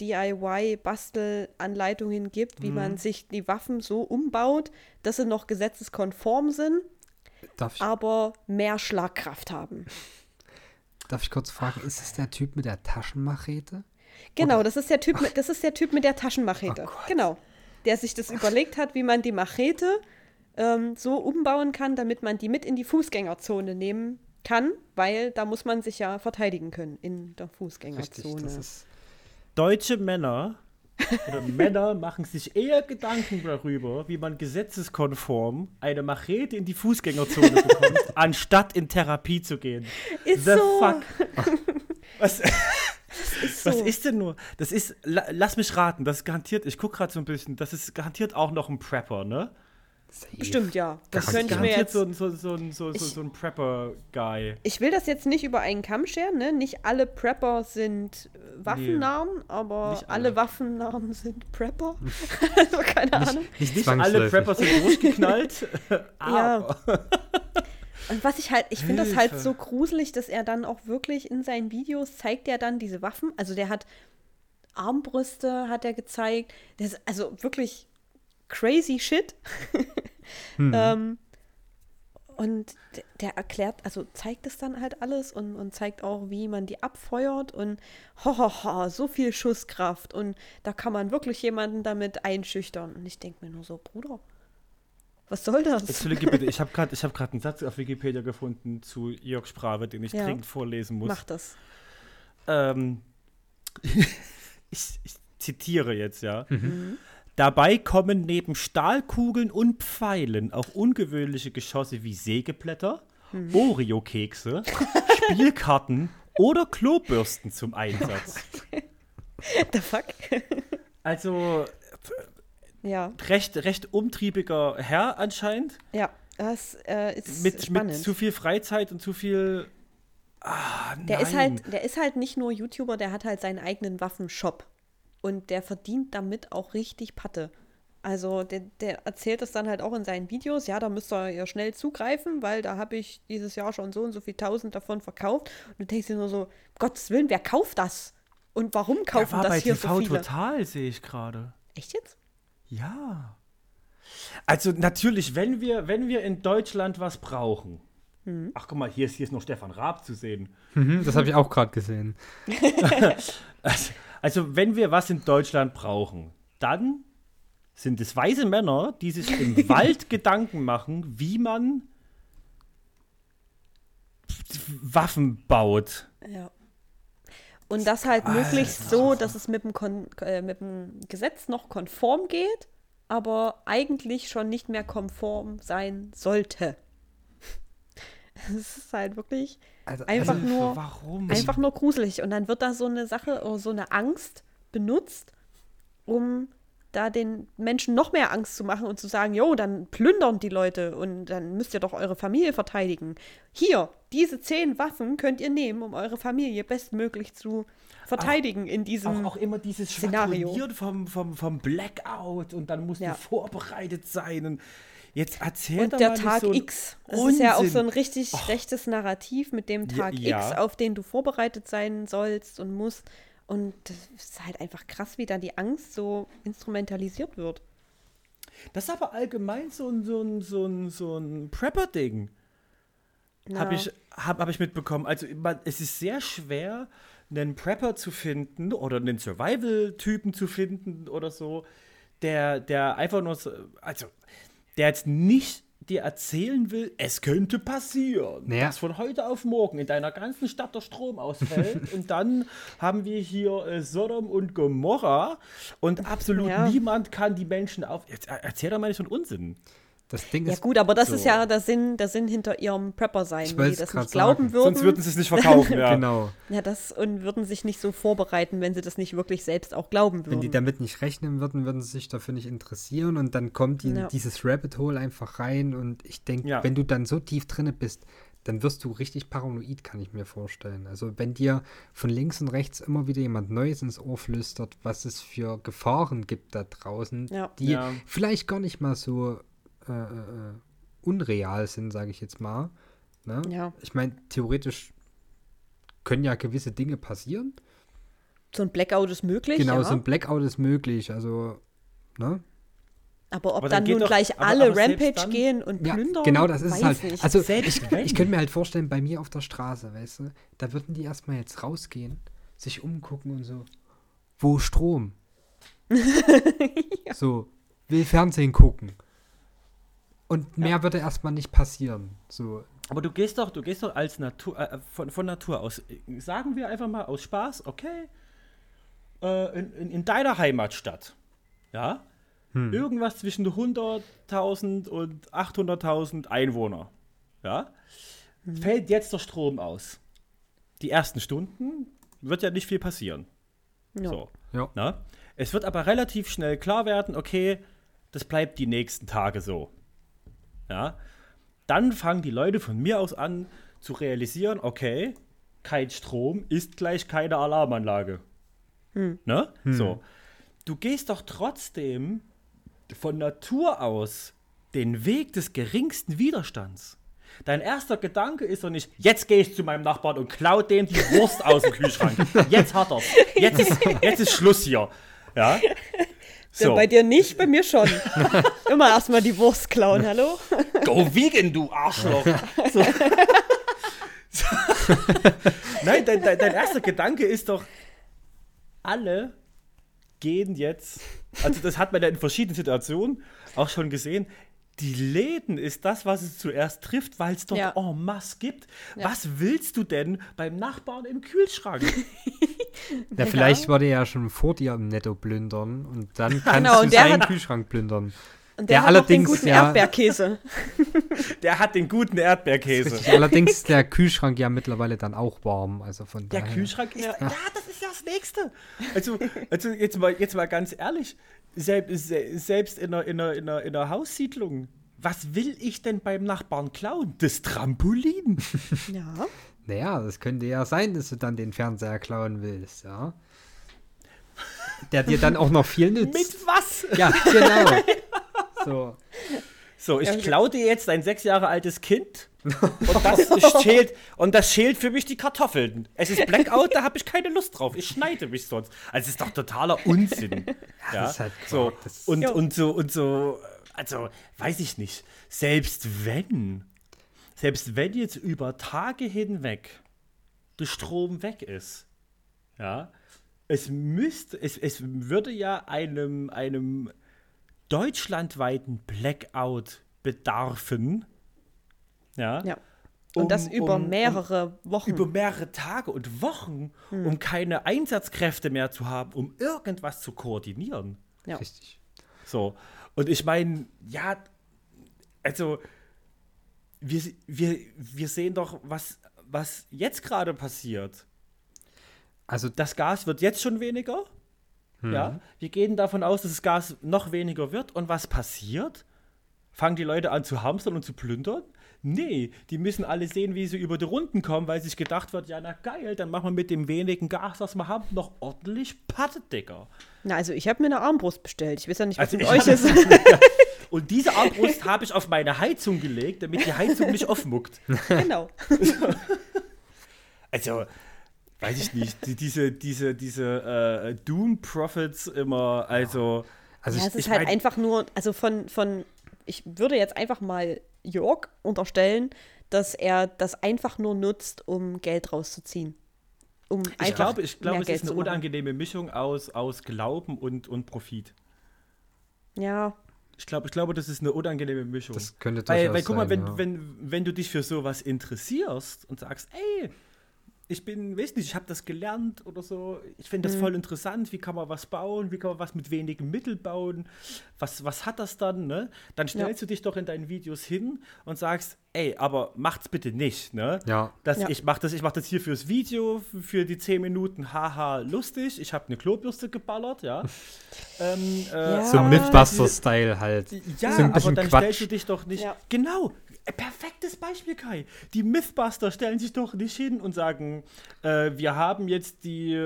DIY-Bastelanleitungen gibt, wie man sich die Waffen so umbaut, dass sie noch gesetzeskonform sind, aber mehr Schlagkraft haben. Darf ich kurz fragen, ist es der Typ mit der Taschenmachete? Genau, das ist der Typ mit der Taschenmachete. Oh Gott. Genau. Der sich das überlegt hat, wie man die Machete so umbauen kann, damit man die mit in die Fußgängerzone nehmen kann, weil da muss man sich ja verteidigen können in der Richtig, Fußgängerzone. das ist Deutsche Männer oder Männer machen sich eher Gedanken darüber, wie man gesetzeskonform eine Machete in die Fußgängerzone bekommt, anstatt in Therapie zu gehen. Ist The so. fuck? Was Ist so. ist denn nur? Das ist, lass mich raten, das ist garantiert, ich gucke gerade so ein bisschen, das ist garantiert auch noch ein Prepper, ne? safe. Bestimmt, ja. Das Garantiert. könnte ich mir Garantiert jetzt. so ein Prepper-Guy. Ich will das jetzt nicht über einen Kamm scheren, ne? Nicht alle Prepper sind Waffennarren, aber nicht alle alle. Waffennarren sind Prepper. Also keine Ahnung. Nicht Zwangsläufig. alle Prepper sind durchgeknallt, Ja. aber Und ich finde das halt Hilfe. so gruselig, dass er dann auch wirklich in seinen Videos zeigt er dann diese Waffen. Also der hat Armbrüste, hat er gezeigt. Das ist also wirklich crazy shit. Und Und der erklärt, also zeigt es dann halt alles und zeigt auch, wie man die abfeuert und so viel Schusskraft und da kann man wirklich jemanden damit einschüchtern. Und ich denke mir nur so, Bruder, was soll das? Entschuldige bitte, ich habe gerade einen Satz auf Wikipedia gefunden zu Jörg Sprave, den ich dringend vorlesen muss. Mach das. Ich zitiere jetzt, ja. Dabei kommen neben Stahlkugeln und Pfeilen auch ungewöhnliche Geschosse wie Sägeblätter, Oreo-Kekse, Spielkarten oder Klobürsten zum Einsatz. The fuck? Also Ja. recht umtriebiger Herr anscheinend. Ja, das ist Mit spannend. zu viel Freizeit und zu viel. Der nein. ist halt nicht nur YouTuber, der hat halt seinen eigenen Waffenshop. Und der verdient damit auch richtig Patte. Also der erzählt es dann halt auch in seinen Videos, ja, da müsst ihr ja schnell zugreifen, weil da habe ich dieses Jahr schon so und so viel 1000 davon verkauft. Und du denkst dir nur so, Gottes Willen, wer kauft das? Und warum kaufen war das bei hier TV so viele? Total, sehe ich gerade. Echt jetzt? Ja. Also natürlich, wenn wir in Deutschland was brauchen. Ach, guck mal, hier ist noch Stefan Raab zu sehen. Das habe ich auch gerade gesehen. Also, wenn wir was in Deutschland brauchen, dann sind es weise Männer, die sich im Wald Gedanken machen, wie man Waffen baut. Ja. Und das halt möglichst so, dass es mit dem Gesetz noch konform geht, aber eigentlich schon nicht mehr konform sein sollte. Das ist halt wirklich einfach nur gruselig. Und dann wird da so eine Sache oder so eine Angst benutzt, um da den Menschen noch mehr Angst zu machen und zu sagen, jo, dann plündern die Leute und dann müsst ihr doch eure Familie verteidigen. Hier, diese 10 Waffen könnt ihr nehmen, um eure Familie bestmöglich zu verteidigen in diesem auch immer dieses Szenario. Schwadronieren vom Blackout und dann musst du vorbereitet sein und jetzt erzähl und doch der mal Tag nicht so X. Das Unsinn. ist ja auch so ein richtig rechtes Narrativ mit dem Tag Ja. X, auf den du vorbereitet sein sollst und musst. Und das ist halt einfach krass, wie da die Angst so instrumentalisiert wird. Das ist aber allgemein so ein Prepper-Ding. Habe ich mitbekommen. Also es ist sehr schwer, einen Prepper zu finden oder einen Survival-Typen zu finden oder so, der einfach nur so, also der jetzt nicht dir erzählen will, es könnte passieren, dass von heute auf morgen in deiner ganzen Stadt der Strom ausfällt und dann haben wir hier Sodom und Gomorra und absolut niemand kann die Menschen auf... Jetzt erzähl doch mal nicht so einen Unsinn. Das Ding Ja ist gut, aber das so. ist ja der Sinn hinter ihrem Prepper sein, Ich wenn die wollt's das grad nicht glauben sagen. würden. Sonst würden sie es nicht verkaufen, ja. genau. Ja, und würden sich nicht so vorbereiten, wenn sie das nicht wirklich selbst auch glauben würden. Wenn die damit nicht rechnen würden, würden sie sich dafür nicht interessieren und dann kommt die in dieses Rabbit Hole einfach rein und ich denke, wenn du dann so tief drinne bist, dann wirst du richtig paranoid, kann ich mir vorstellen. Also wenn dir von links und rechts immer wieder jemand Neues ins Ohr flüstert, was es für Gefahren gibt da draußen, die vielleicht gar nicht mal so unreal sind, sage ich jetzt mal. Ne? Ja. Ich meine, theoretisch können ja gewisse Dinge passieren. So ein Blackout ist möglich, Genau, so ein Blackout ist möglich, also, ne? Aber Aber dann dann nun geht gleich aber alle selbst Rampage dann- gehen und plündern, genau, das ist es weiß halt. nicht. Also, Selbst wenn. ich könnte mir halt vorstellen, bei mir auf der Straße, weißt du, da würden die erstmal jetzt rausgehen, sich umgucken und so, wo Strom? So, will Fernsehen gucken. Und mehr würde erstmal nicht passieren. So, Aber du gehst doch als von Natur aus, sagen wir einfach mal aus Spaß, okay, in deiner Heimatstadt, ja, irgendwas zwischen 100.000 und 800.000 Einwohner, ja, fällt jetzt der Strom aus. Die ersten Stunden wird ja nicht viel passieren. Ja. So, ja. na? Es wird aber relativ schnell klar werden, okay, das bleibt die nächsten Tage so. Ja, dann fangen die Leute von mir aus an zu realisieren, okay, kein Strom ist gleich keine Alarmanlage. Ne? So. Du gehst doch trotzdem von Natur aus den Weg des geringsten Widerstands. Dein erster Gedanke ist doch nicht, jetzt gehe ich zu meinem Nachbarn und klau dem die Wurst aus dem Kühlschrank. Jetzt hat er's. Jetzt ist Schluss hier. Ja? So. Bei dir nicht, bei mir schon. Immer erstmal die Wurst klauen, hallo? Go vegan, du Arschloch! So. So. Nein, dein erster Gedanke ist doch, alle gehen jetzt, also das hat man ja in verschiedenen Situationen auch schon gesehen, die Läden ist das, was es zuerst trifft, weil es dort en masse gibt. Ja. Was willst du denn beim Nachbarn im Kühlschrank? Ja, vielleicht war der ja schon vor dir im Netto plündern und dann kannst du seinen Kühlschrank plündern. Und der hat allerdings den guten Erdbeerkäse. Der hat den guten Erdbeerkäse. Richtig, allerdings ist der Kühlschrank ja mittlerweile dann auch warm. Also von der daher. Kühlschrank ist, das ist ja das Nächste. Also jetzt mal ganz ehrlich, selbst in einer Haussiedlung, was will ich denn beim Nachbarn klauen? Das Trampolin. Ja. Naja, das könnte ja sein, dass du dann den Fernseher klauen willst, ja. Der dir dann auch noch viel nützt. Mit was? Ja, genau. So, ich klaue dir jetzt ein 6 Jahre altes Kind und das schält für mich die Kartoffeln. Es ist Blackout, da habe ich keine Lust drauf. Ich schneide mich sonst. Also es ist doch totaler Unsinn. Ja, das ist halt so. Und so, also weiß ich nicht. Selbst wenn jetzt über Tage hinweg der Strom weg ist, ja, es würde ja einem deutschlandweiten Blackout bedarfen. Ja. Und das über mehrere Wochen. Über mehrere Tage und Wochen, um keine Einsatzkräfte mehr zu haben, um irgendwas zu koordinieren. Ja. Richtig. So. Und ich meine, ja, also wir sehen doch, was jetzt gerade passiert. Also das Gas wird jetzt schon weniger. Ja, wir gehen davon aus, dass das Gas noch weniger wird. Und was passiert? Fangen die Leute an zu hamstern und zu plündern? Nee, die müssen alle sehen, wie sie über die Runden kommen, weil sich gedacht wird, ja, na geil, dann machen wir mit dem wenigen Gas, was wir haben, noch ordentlich Patte, Digga. Na, also ich habe mir eine Armbrust bestellt. Ich weiß ja nicht, was mit euch ist. Und diese Armbrust habe ich auf meine Heizung gelegt, damit die Heizung nicht aufmuckt. Genau. Also, weiß ich nicht, diese Doom-Prophets immer, also ja, es ist halt einfach nur, also ich würde jetzt einfach mal Jörg unterstellen, dass er das einfach nur nutzt, um Geld rauszuziehen. Ich glaube, es ist eine unangenehme Mischung aus Glauben und Profit. Ja. Ich glaube, das ist eine unangenehme Mischung. Das könnte durchaus weil guck mal, sein, wenn du dich für sowas interessierst und sagst, ey, ich habe das gelernt oder so, ich finde das voll interessant, wie kann man was bauen, wie kann man was mit wenigen Mitteln bauen, was hat das dann, ne? Dann stellst du dich doch in deinen Videos hin und sagst, ey, aber macht's bitte nicht, ne? Ja. Ich mach das hier fürs Video, für die 10 Minuten, haha, lustig, ich habe eine Klobürste geballert, ja. So Mythbuster-Style halt. Ja, so ein aber dann Quatsch. stellst du dich doch nicht, genau, perfektes Beispiel, Kai. Die Mythbuster stellen sich doch nicht hin und sagen, wir haben jetzt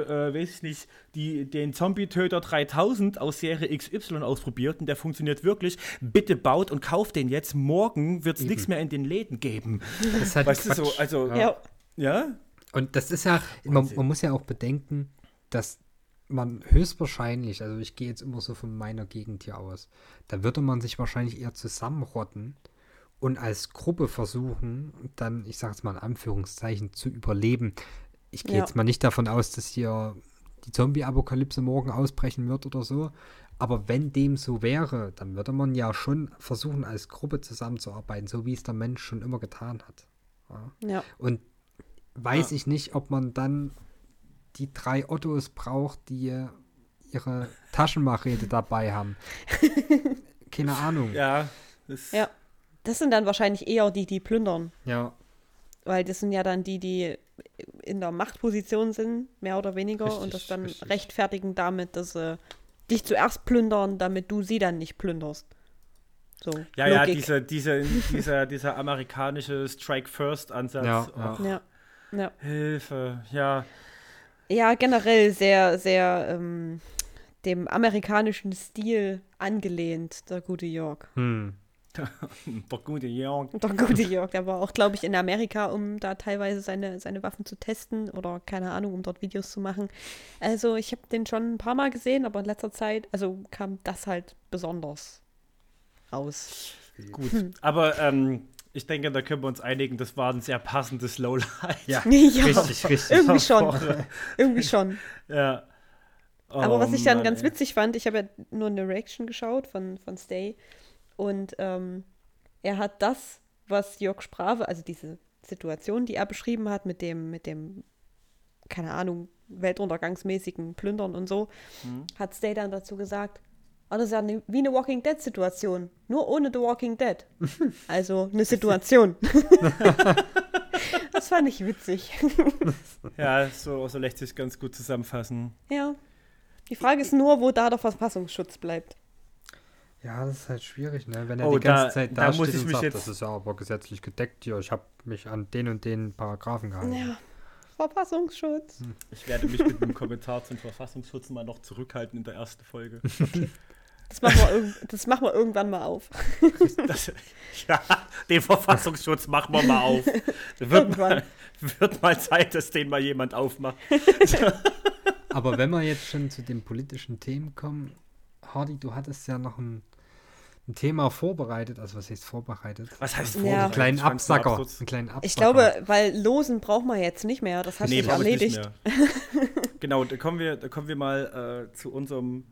den Zombie-Töter 3000 aus Serie XY ausprobiert und der funktioniert wirklich. Bitte baut und kauft den jetzt. Morgen wird es nichts mehr in den Läden geben. Das ist halt weißt du so, also, ja? Und das ist ja, man muss ja auch bedenken, dass man höchstwahrscheinlich, also ich gehe jetzt immer so von meiner Gegend hier aus, da würde man sich wahrscheinlich eher zusammenrotten und als Gruppe versuchen, dann, ich sage jetzt mal in Anführungszeichen, zu überleben. Ich gehe jetzt mal nicht davon aus, dass hier die Zombie-Apokalypse morgen ausbrechen wird oder so. Aber wenn dem so wäre, dann würde man ja schon versuchen, als Gruppe zusammenzuarbeiten, so wie es der Mensch schon immer getan hat. Ja. Und weiß ich nicht, ob man dann die 3 Ottos braucht, die ihre Taschenmachete dabei haben. Keine Ahnung. Ja. Das sind dann wahrscheinlich eher die plündern. Ja. Weil das sind ja dann die in der Machtposition sind, mehr oder weniger, Richtig, und das dann richtig. rechtfertigen damit, dass sie dich zuerst plündern, damit du sie dann nicht plünderst. So, Ja, Logik. dieser amerikanische Strike-First-Ansatz. Ja. Hilfe, ja. Ja, generell sehr, sehr dem amerikanischen Stil angelehnt, der gute Jörg. Der gute Jörg. Der gute Jörg, der war auch, glaube ich, in Amerika, um da teilweise seine Waffen zu testen oder keine Ahnung, um dort Videos zu machen. Also ich habe den schon ein paar Mal gesehen, aber in letzter Zeit, also kam das halt besonders raus. Gut, aber ich denke, da können wir uns einigen, das war ein sehr passendes Lowlight. Ja, Ja, richtig. irgendwie schon. Irgendwie schon. Ja. Oh, Aber was ich dann Mann, ganz ey. witzig fand, ich habe ja nur eine Reaction geschaut von Stay und er hat das, was Jörg Sprave, also diese Situation, die er beschrieben hat mit dem, keine Ahnung, weltuntergangsmäßigen Plündern und so, hat Stay dann dazu gesagt, oh, das ist ja wie eine Walking Dead-Situation, nur ohne The Walking Dead. Also eine Situation. Das fand ich witzig. Ja, so lässt sich ganz gut zusammenfassen. Ja. Die Frage ist nur, wo da der Verfassungsschutz bleibt. Ja, das ist halt schwierig, ne? Wenn er Oh, die ganze da Zeit muss da steht ich und mich sagt, jetzt- das ist ja aber gesetzlich gedeckt hier, ich habe mich an den und den Paragraphen gehalten. Ja. Verfassungsschutz. Ich werde mich mit einem Kommentar zum Verfassungsschutz mal noch zurückhalten in der ersten Folge. Das machen wir irgendwann mal auf. Ja, den Verfassungsschutz machen wir mal auf. Irgendwann. Wird mal Zeit, dass den mal jemand aufmacht. Aber wenn wir jetzt schon zu den politischen Themen kommen, Hardy, du hattest ja noch ein Thema vorbereitet, also was heißt vorbereitet? Was heißt Ja. vorbereitet? Einen kleinen Ich fand's nur Absacker. absurd. Einen kleinen Absacker. Ich glaube, weil Losen braucht man jetzt nicht mehr. Das hat sich brauchen wir erledigt. nicht mehr. Genau, da kommen wir mal zu unserem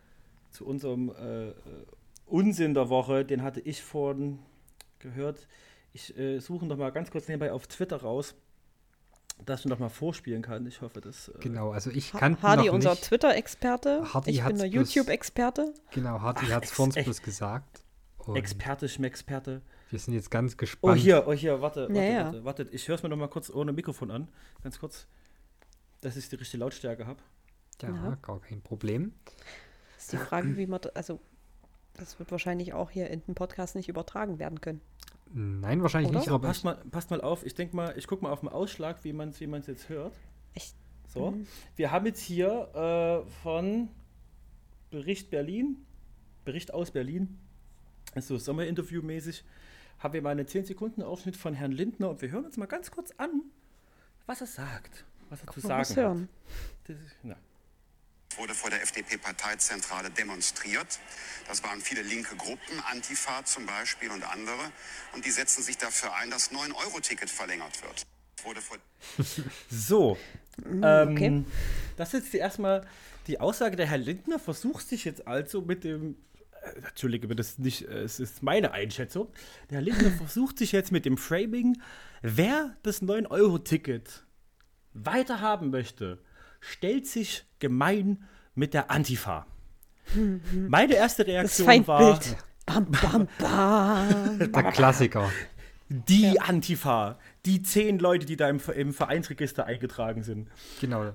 Unsinn der Woche. Den hatte ich vorhin gehört. Ich suche noch mal ganz kurz nebenbei auf Twitter raus, dass ich noch mal vorspielen kann. Ich hoffe, das. Genau, also ich kann Hardy, noch unser nicht. Twitter-Experte. Hardy Ich bin hat's der bloß- YouTube-Experte. Genau, Hardy hat es ex- vor uns echt. bloß gesagt. Und Experte, Schmecksperte. wir sind jetzt ganz Oh, gespannt. hier, warte. Ja. Warte. Ich höre es mir noch mal kurz ohne Mikrofon an. Ganz kurz, dass ich die richtige Lautstärke habe. Ja, Ja. gar kein Problem. Das ist die Frage, wie man, also das wird wahrscheinlich auch hier in den Podcast nicht übertragen werden können. Nein, wahrscheinlich Oder? nicht, aber Passt mal auf. Ich denke mal, ich gucke mal auf den Ausschlag, wie man es jetzt hört. Echt? So, wir haben jetzt hier von Bericht aus Berlin, also Sommerinterview-mäßig, haben wir mal einen 10-Sekunden-Ausschnitt von Herrn Lindner und wir hören uns mal ganz kurz an, was er sagt, was er zu Mal sagen was hören. hat. Das ist, na. Wurde vor der FDP-Parteizentrale demonstriert. Das waren viele linke Gruppen, Antifa zum Beispiel und andere. Und die setzen sich dafür ein, dass 9-Euro-Ticket verlängert wird. Wurde vor So, Okay. das ist jetzt erstmal die Aussage. Der Herr Lindner versucht sich jetzt also mit dem, entschuldige bitte, das ist nicht, es ist meine Einschätzung. Der Herr Lindner versucht sich jetzt mit dem Framing, wer das 9-Euro-Ticket weiter haben möchte, stellt sich gemein mit der Antifa. Meine erste Das Reaktion war Feindbild. Bam, bam, bam. der Klassiker. die Antifa, die 10 Leute, die da im Vereinsregister eingetragen sind. Genau.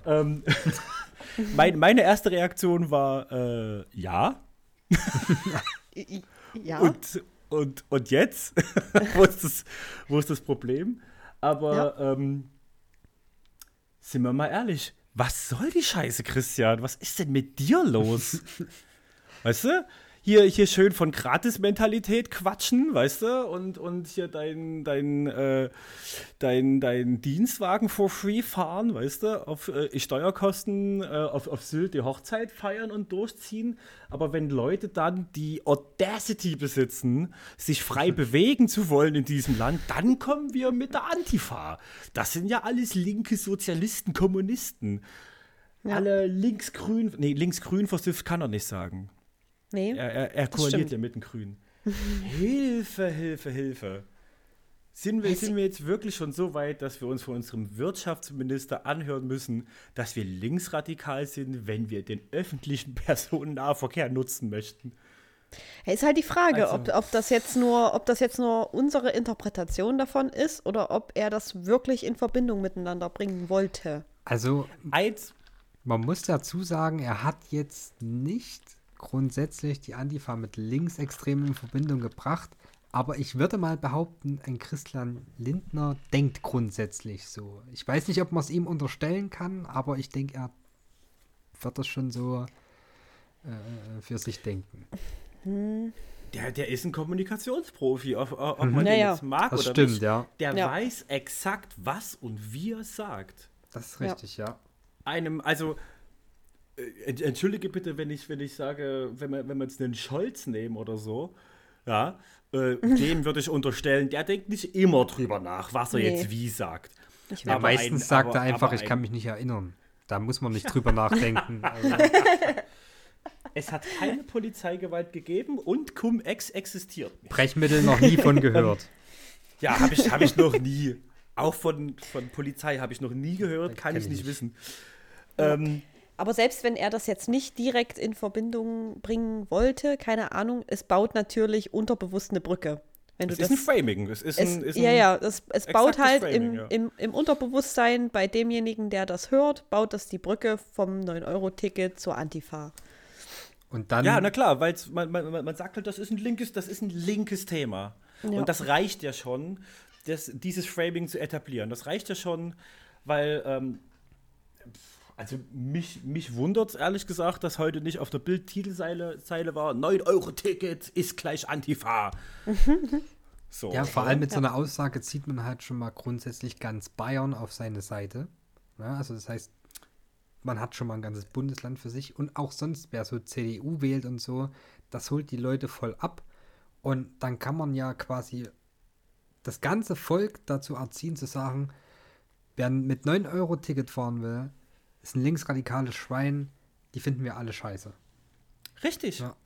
Meine erste Reaktion war ja. Ja. Und jetzt? wo ist das Problem? Aber sind wir mal ehrlich, was soll die Scheiße, Christian? Was ist denn mit dir los? Weißt du? Hier schön von Gratis-Mentalität quatschen, weißt du? Und hier dein Dienstwagen for free fahren, weißt du? Auf Steuerkosten, auf Sylt die Hochzeit feiern und durchziehen. Aber wenn Leute dann die Audacity besitzen, sich frei bewegen zu wollen in diesem Land, dann kommen wir mit der Antifa. Das sind ja alles linke Sozialisten, Kommunisten. Ja. Alle linksgrün, nee, linksgrün versifft kann er nicht sagen. Nee. Er Das koaliert stimmt. ja mit den Grünen. Hilfe. Sind wir jetzt wirklich schon so weit, dass wir uns von unserem Wirtschaftsminister anhören müssen, dass wir linksradikal sind, wenn wir den öffentlichen Personennahverkehr nutzen möchten? Ja, ist halt die Frage, Also- ob das jetzt nur unsere Interpretation davon ist oder ob er das wirklich in Verbindung miteinander bringen wollte. Also, Eins, man muss dazu sagen, er hat jetzt nicht grundsätzlich die Antifa mit Linksextremen in Verbindung gebracht, aber ich würde mal behaupten, ein Christian Lindner denkt grundsätzlich so. Ich weiß nicht, ob man es ihm unterstellen kann, aber ich denke, er wird das schon so für sich denken. Der ist ein Kommunikationsprofi, ob man den Naja. jetzt mag Das oder stimmt, nicht. ja. Der Ja. weiß exakt, was und wie er sagt. Das ist richtig, ja. Entschuldige bitte, wenn ich sage, wenn wir jetzt einen Scholz nehmen oder so, ja, dem würde ich unterstellen, der denkt nicht immer drüber nach, was er Nee. jetzt wie sagt. Ja, Aber meistens ein- sagt aber- er einfach, aber ich ein- kann mich nicht erinnern. Da muss man nicht drüber nachdenken. Also, Es hat keine Polizeigewalt gegeben und Cum-Ex existiert nicht. Brechmittel noch nie von gehört. Ja, hab ich noch nie. Auch von Polizei habe ich noch nie gehört, kann Kenn ich ich nicht nicht. wissen. Aber selbst wenn er das jetzt nicht direkt in Verbindung bringen wollte, keine Ahnung, es baut natürlich unterbewusst eine Brücke. Wenn du Es ist ein Framing. Es baut exaktes halt Framing, ja. im Unterbewusstsein bei demjenigen, der das hört, baut das die Brücke vom 9-Euro-Ticket zur Antifa. Und dann, Ja, na klar, weil man sagt halt, das ist ein linkes Thema. Ja. Und das reicht ja schon, dieses Framing zu etablieren. Das reicht ja schon, weil, also mich wundert es ehrlich gesagt, dass heute nicht auf der Bild-Titelseile war, 9-Euro-Ticket ist gleich Antifa. So, ja, vor allem mit so einer Aussage zieht man halt schon mal grundsätzlich ganz Bayern auf seine Seite. Ja, also das heißt, man hat schon mal ein ganzes Bundesland für sich und auch sonst, wer so CDU wählt und so, das holt die Leute voll ab und dann kann man ja quasi das ganze Volk dazu erziehen zu sagen, wer mit 9-Euro-Ticket fahren will, ist ein linksradikales Schwein, die finden wir alle scheiße. Richtig, Ja.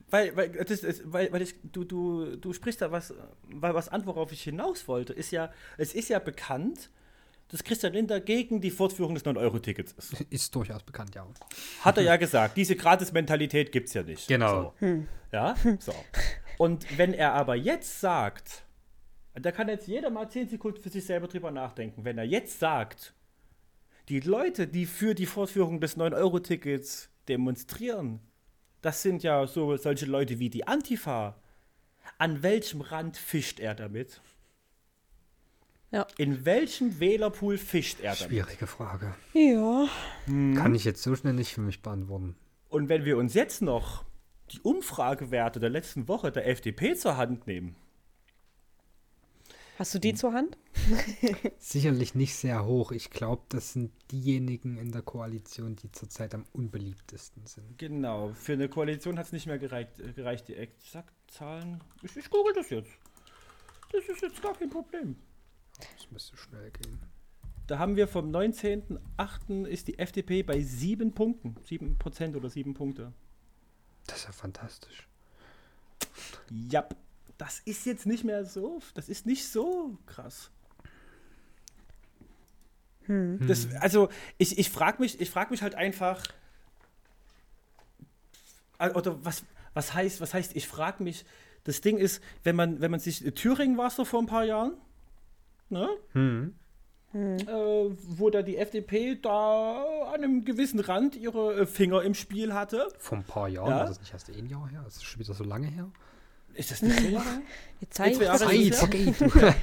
du sprichst da was an, worauf ich hinaus wollte. Es ist ja bekannt, dass Christian Lindner gegen die Fortführung des 9-Euro-Tickets ist. Ist durchaus bekannt, ja. Hat er ja gesagt, diese Gratis-Mentalität gibt es ja nicht. Genau. So. Ja, so. Und wenn er aber jetzt sagt, da kann jetzt jeder mal 10 Sekunden für sich selber drüber nachdenken, wenn er jetzt sagt, die Leute, die für die Fortführung des 9-Euro-Tickets demonstrieren, das sind ja solche Leute wie die Antifa. An welchem Rand fischt er damit? Ja. In welchem Wählerpool fischt er damit? Schwierige Frage. Ja. Kann ich jetzt so schnell nicht für mich beantworten. Und wenn wir uns jetzt noch die Umfragewerte der letzten Woche der FDP zur Hand nehmen, Hast du die zur Hand? Sicherlich nicht sehr hoch. Ich glaube, das sind diejenigen in der Koalition, die zurzeit am unbeliebtesten sind. genau, für eine Koalition hat es nicht mehr gereicht, die Exaktzahlen. Ich google das jetzt. Das ist jetzt gar kein Problem. Das müsste schnell gehen. Da haben wir vom 19.08. ist die FDP bei 7 Punkten. 7% oder 7 Punkte. Das ist ja fantastisch. Ja, das ist jetzt nicht mehr so, das ist nicht so krass. Also, ich frage mich halt einfach, oder was heißt, ich frage mich, das Ding ist, wenn man sich, Thüringen war es so vor ein paar Jahren, ne? Wo da die FDP da an einem gewissen Rand ihre Finger im Spiel hatte. Vor ein paar Jahren, Ja? war das nicht erst 1 Jahr her? Ist das schon wieder so lange her? Ist das nicht so lange? Die Zeit, Zwei Jahre ist es Zeit, ja? vergeht.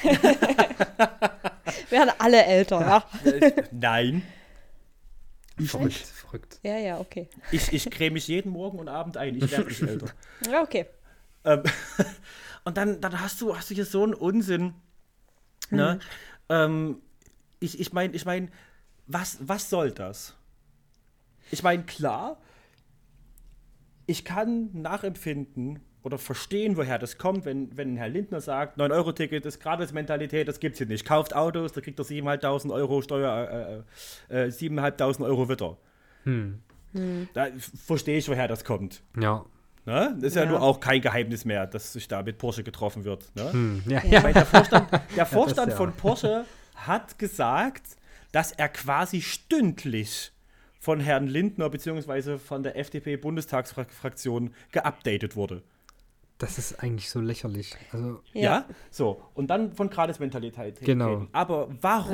werden alle älter, ja. Nein. Verrückt, verrückt. Ja, ja, okay. Ich creme mich jeden Morgen und Abend ein. Ich werde nicht älter. Ja, okay. Und dann hast du hier so einen Unsinn. Ne? Ich meine, was soll das? Ich meine, klar, ich kann nachempfinden oder verstehen, woher das kommt, wenn Herr Lindner sagt, 9-Euro-Ticket ist Gratis-Mentalität, das gibt's hier nicht. Kauft Autos, da kriegt er 7.500 Euro Steuer, 7.500 Euro wieder. Da verstehe ich, woher das kommt. Ja. Ne? Das ist ja Ja. nur auch kein Geheimnis mehr, dass sich da mit Porsche getroffen wird. Ne? Ja, Ja. Weil der Vorstand ja. von Porsche hat gesagt, dass er quasi stündlich von Herrn Lindner bzw. von der FDP-Bundestagsfraktion geupdatet wurde. Das ist eigentlich so lächerlich. Also, Ja. So. Und dann von Gratis-Mentalität. Genau. reden. Aber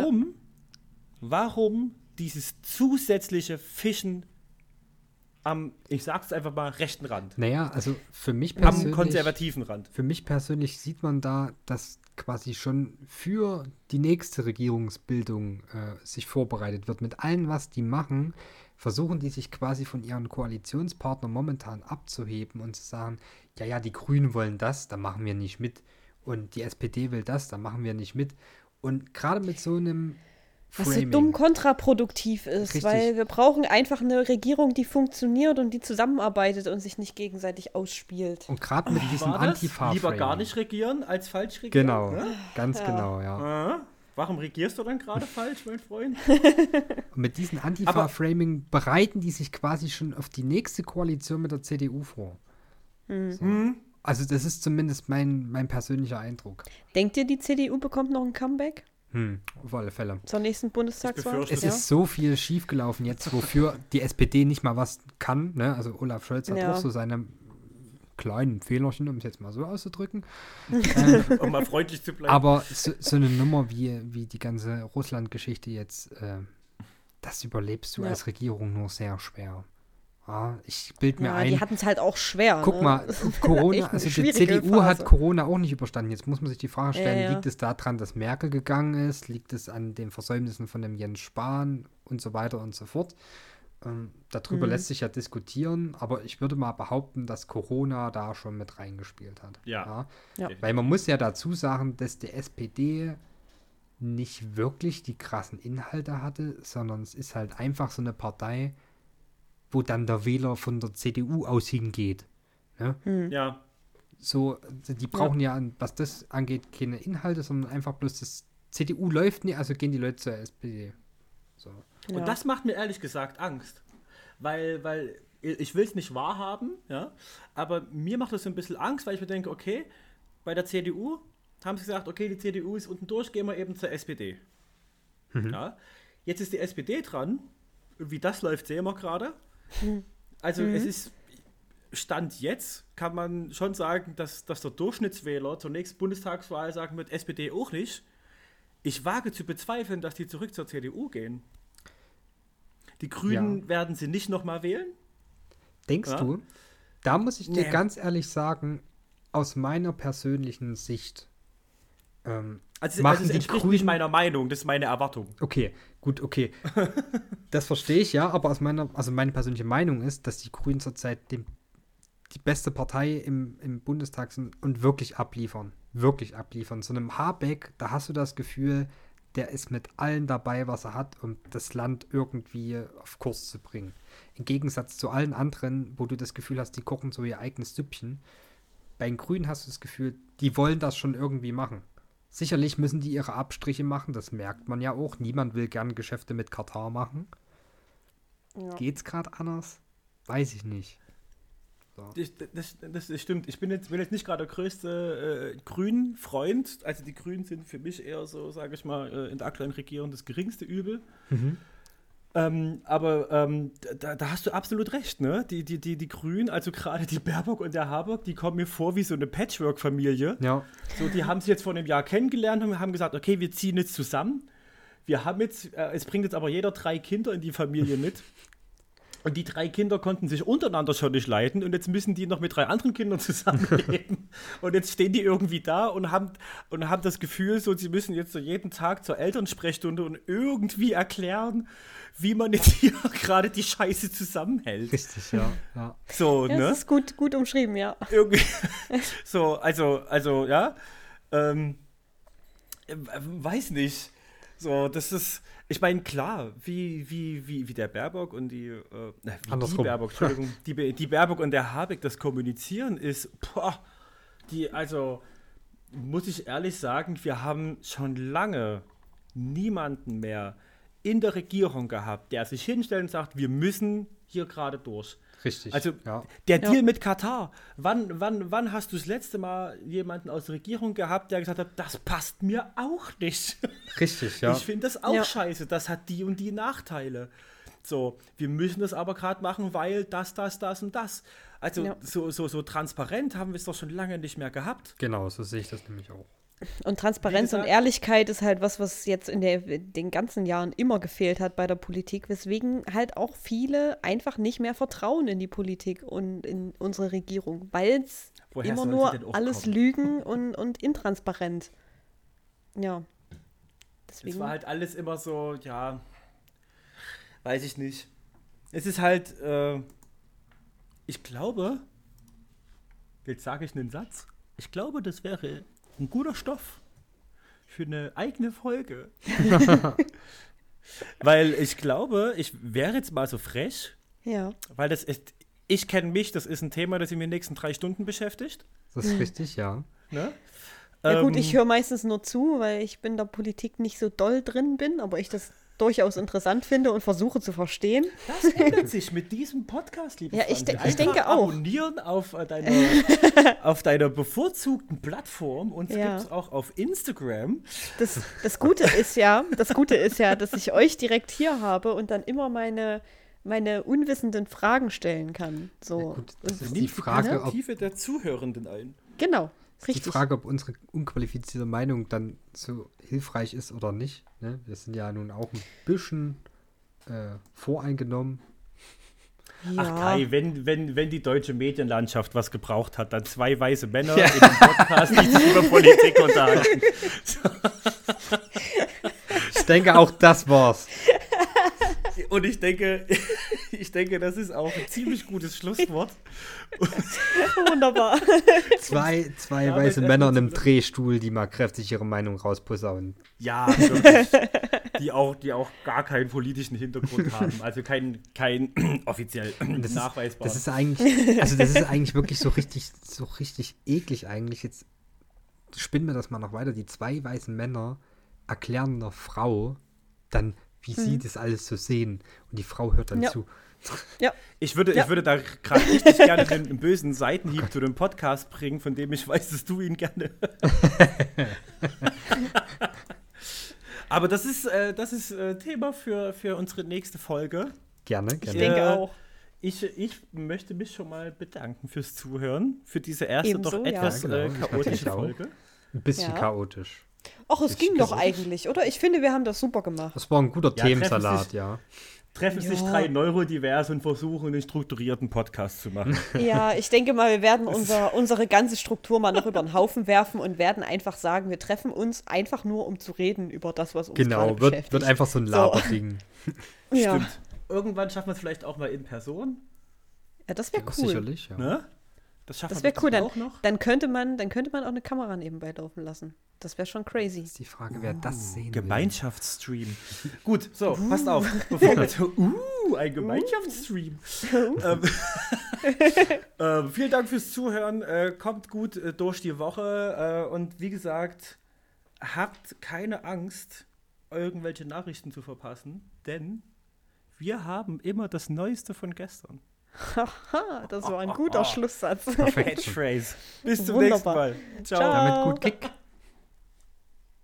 warum dieses zusätzliche Fischen am, ich sag's einfach mal, rechten Rand? naja, also für mich Am persönlich. konservativen Rand. Für mich persönlich sieht man da, dass quasi schon für die nächste Regierungsbildung sich vorbereitet wird. Mit allem, was die machen, versuchen die sich quasi von ihren Koalitionspartnern momentan abzuheben und zu sagen, ja, die Grünen wollen das, da machen wir nicht mit. Und die SPD will das, da machen wir nicht mit. Und gerade mit so einem Was so Framing, dumm kontraproduktiv ist, Richtig. weil wir brauchen einfach eine Regierung, die funktioniert und die zusammenarbeitet und sich nicht gegenseitig ausspielt. und gerade mit diesem War das? Antifa-Framing. Lieber gar nicht regieren, als falsch regieren. Genau, Ne? ganz genau, ja. Warum regierst du dann gerade falsch, mein Freund? Und mit diesem Antifa-Framing bereiten die sich quasi schon auf die nächste Koalition mit der CDU vor. So. Also das ist zumindest mein persönlicher Eindruck. Denkt ihr, die CDU bekommt noch ein Comeback Auf alle Fälle. zur nächsten Bundestagswahl? befürchte Es ist so viel schiefgelaufen jetzt, wofür die SPD nicht mal was kann. Ne? Also Olaf Scholz hat Ja. auch so seine kleinen Fehlerchen, um es jetzt mal so auszudrücken. Um mal freundlich zu bleiben. Aber so eine Nummer wie die ganze Russland-Geschichte jetzt, das überlebst du Ja. als Regierung nur sehr schwer. Ja, ich bild mir Ja, ein. die hatten es halt auch schwer. Guck ne? mal, Corona, Echt eine also die schwierige CDU hat Phase. Corona auch nicht überstanden. Jetzt muss man sich die Frage stellen, Ja, ja. liegt es daran, dass Merkel gegangen ist? Liegt es an den Versäumnissen von dem Jens Spahn und so weiter und so fort? Darüber lässt sich ja diskutieren, aber ich würde mal behaupten, dass Corona da schon mit reingespielt hat. Ja. Ja. Weil man muss ja dazu sagen, dass die SPD nicht wirklich die krassen Inhalte hatte, sondern es ist halt einfach so eine Partei, wo dann der Wähler von der CDU aus hingeht. Ne? Ja. So, die brauchen ja, was das angeht, keine Inhalte, sondern einfach bloß das CDU läuft nicht, also gehen die Leute zur SPD. So. Ja. Und das macht mir ehrlich gesagt Angst. Weil ich will es nicht wahrhaben, ja, aber mir macht das so ein bisschen Angst, weil ich mir denke, okay, bei der CDU haben sie gesagt, okay, die CDU ist unten durch, gehen wir eben zur SPD. Ja, jetzt ist die SPD dran. Wie das läuft, sehen wir gerade. Also es ist, Stand jetzt kann man schon sagen, dass der Durchschnittswähler zur nächsten Bundestagswahl sagen wird, SPD auch nicht. Ich wage zu bezweifeln, dass die zurück zur CDU gehen. Die Grünen werden sie nicht nochmal wählen. Denkst Ja. du? Da muss ich dir Nee. ganz ehrlich sagen, aus meiner persönlichen Sicht, Also machen es die entspricht Grünen- nicht meiner Meinung, das ist meine Erwartung. okay, gut, okay. Das verstehe ich ja, aber also meine persönliche Meinung ist, dass die Grünen zurzeit die beste Partei im Bundestag sind und wirklich abliefern. Wirklich abliefern. So einem Habeck, da hast du das Gefühl, der ist mit allen dabei, was er hat, um das Land irgendwie auf Kurs zu bringen. Im Gegensatz zu allen anderen, wo du das Gefühl hast, die kochen so ihr eigenes Süppchen. Bei den Grünen hast du das Gefühl, die wollen das schon irgendwie machen. Sicherlich müssen die ihre Abstriche machen, das merkt man ja auch. Niemand will gern Geschäfte mit Katar machen. Ja. Geht's gerade anders? Weiß ich nicht. Das stimmt. Ich bin jetzt nicht gerade der größte Grünen-Freund. Also die Grünen sind für mich eher so, sage ich mal, in der aktuellen Regierung das geringste Übel. Aber da hast du absolut recht, ne? Die Grünen, also gerade die Baerbock und der Habeck, die kommen mir vor wie so eine Patchwork-Familie. Ja, So, die haben sich jetzt vor einem Jahr kennengelernt und haben gesagt, okay, wir ziehen jetzt zusammen. Wir haben jetzt, es bringt jetzt aber jeder 3 Kinder in die Familie mit. Und die 3 Kinder konnten sich untereinander schon nicht leiden und jetzt müssen die noch mit 3 anderen Kindern zusammenleben. Und jetzt stehen die irgendwie da und haben das Gefühl, so, sie müssen jetzt so jeden Tag zur Elternsprechstunde und irgendwie erklären, wie man jetzt hier gerade die Scheiße zusammenhält. richtig, ja. So, Ja, ne? das ist gut umschrieben, ja. Irgendwie. So, also, ja. Weiß nicht. So, das ist, ich meine, klar, wie der Baerbock und die Andersrum. Baerbock, Entschuldigung, die Baerbock und der Habeck das kommunizieren ist, also, muss ich ehrlich sagen, wir haben schon lange niemanden mehr in der Regierung gehabt, der sich hinstellt und sagt, wir müssen hier gerade durch. Richtig. Also ja. der Ja. Deal mit Katar, wann hast du das letzte Mal jemanden aus der Regierung gehabt, der gesagt hat, das passt mir auch nicht. Richtig, ja. Ich finde das auch Ja. scheiße, das hat die und die Nachteile. So, wir müssen das aber gerade machen, weil das und das. Also Ja. so transparent haben wir es doch schon lange nicht mehr gehabt. Genau, so sehe ich das nämlich auch. Und Transparenz Wie und gesagt- Ehrlichkeit ist halt was jetzt in den ganzen Jahren immer gefehlt hat bei der Politik, weswegen halt auch viele einfach nicht mehr vertrauen in die Politik und in unsere Regierung, weil es Woher immer soll sie nur denn auch alles kommen? Lügen und intransparent. Ja. Es Deswegen. war halt alles immer so, ja, weiß ich nicht. es ist halt, ich glaube, jetzt sage ich einen Satz, ich glaube, das wäre ein guter Stoff für eine eigene Folge. Weil ich glaube, ich wäre jetzt mal so frech, Ja. weil das ist, ich kenne mich, das ist ein Thema, das mich in den nächsten 3 Stunden beschäftigt. Das ist richtig, ja. Ne? Ja gut, ich höre meistens nur zu, weil ich in der Politik nicht so doll drin bin, aber ich das durchaus interessant finde und versuche zu verstehen. Das ändert sich mit diesem Podcast, liebe Ja, Franzi. ich denke auch. Abonnieren auf deiner bevorzugten Plattform. Uns Ja. gibt es auch auf Instagram. Das Gute ist ja, dass ich euch direkt hier habe und dann immer meine unwissenden Fragen stellen kann. So. Ja, gut, das Und- ist Nimmt die Frage, ob Tiefe der Zuhörenden ein. Genau, Die richtig. Frage, ob unsere unqualifizierte Meinung dann so hilfreich ist oder nicht. Ne? Wir sind ja nun auch ein bisschen voreingenommen. Ach Ja. Kai, wenn die deutsche Medienlandschaft was gebraucht hat, dann 2 weiße Männer in einem Podcast, die sich über Politik unterhalten. Ich denke, auch das war's. Und ich denke, das ist auch ein ziemlich gutes Schlusswort. Wunderbar. Zwei Damit weiße Männer in einem erstmal Drehstuhl, die mal kräftig ihre Meinung rausposaunen. Ja, wirklich. Die auch gar keinen politischen Hintergrund haben. Also kein offiziell nachweisbar. Das ist eigentlich wirklich so richtig eklig eigentlich. Jetzt spinnen wir das mal noch weiter. Die 2 weißen Männer erklären einer Frau dann, wie sie das alles so sehen. Und die Frau hört dann Ja. zu. Ich würde da gerade richtig gerne einen bösen Seitenhieb zu dem Podcast bringen, von dem ich weiß, dass du ihn gerne. Aber das ist Thema für unsere nächste Folge. Gerne. Ich denke auch. Ich möchte mich schon mal bedanken fürs Zuhören, für diese erste Ebenso, doch ja. etwas Ja, genau. Ich chaotische natürlich auch. Folge. Ein bisschen Ja. chaotisch. Ach, es ging doch chaotisch. eigentlich, oder? Ich finde, wir haben das super gemacht. Das war ein guter Ja, Themensalat, treffen ja. Treffen sich Ja. 3 Neurodivers und versuchen, einen strukturierten Podcast zu machen. Ja, ich denke mal, wir werden unsere ganze Struktur mal noch über den Haufen werfen und werden einfach sagen, wir treffen uns einfach nur, um zu reden über das, was uns gerade Genau, beschäftigt. wird einfach so ein Laberding. Ja. Stimmt. Irgendwann schaffen wir es vielleicht auch mal in Person. Ja, das wäre Ja, cool. sicherlich, ja. Ne? Das schaffen Das wir wäre cool. bestimmt auch noch. Dann könnte man auch eine Kamera nebenbei laufen lassen. Das wäre schon crazy. Ist die Frage, wer das sehen will. Gemeinschaftsstream. Gut, so, passt auf. Bevor wir ein Gemeinschaftsstream. Vielen Dank fürs Zuhören. Kommt gut durch die Woche. Und wie gesagt, habt keine Angst, irgendwelche Nachrichten zu verpassen, denn wir haben immer das Neueste von gestern. Haha, das war ein guter Schlusssatz. Catchphrase. Bis zum Wunderbar. nächsten Mal. Ciao. Ciao. Damit gut Kick.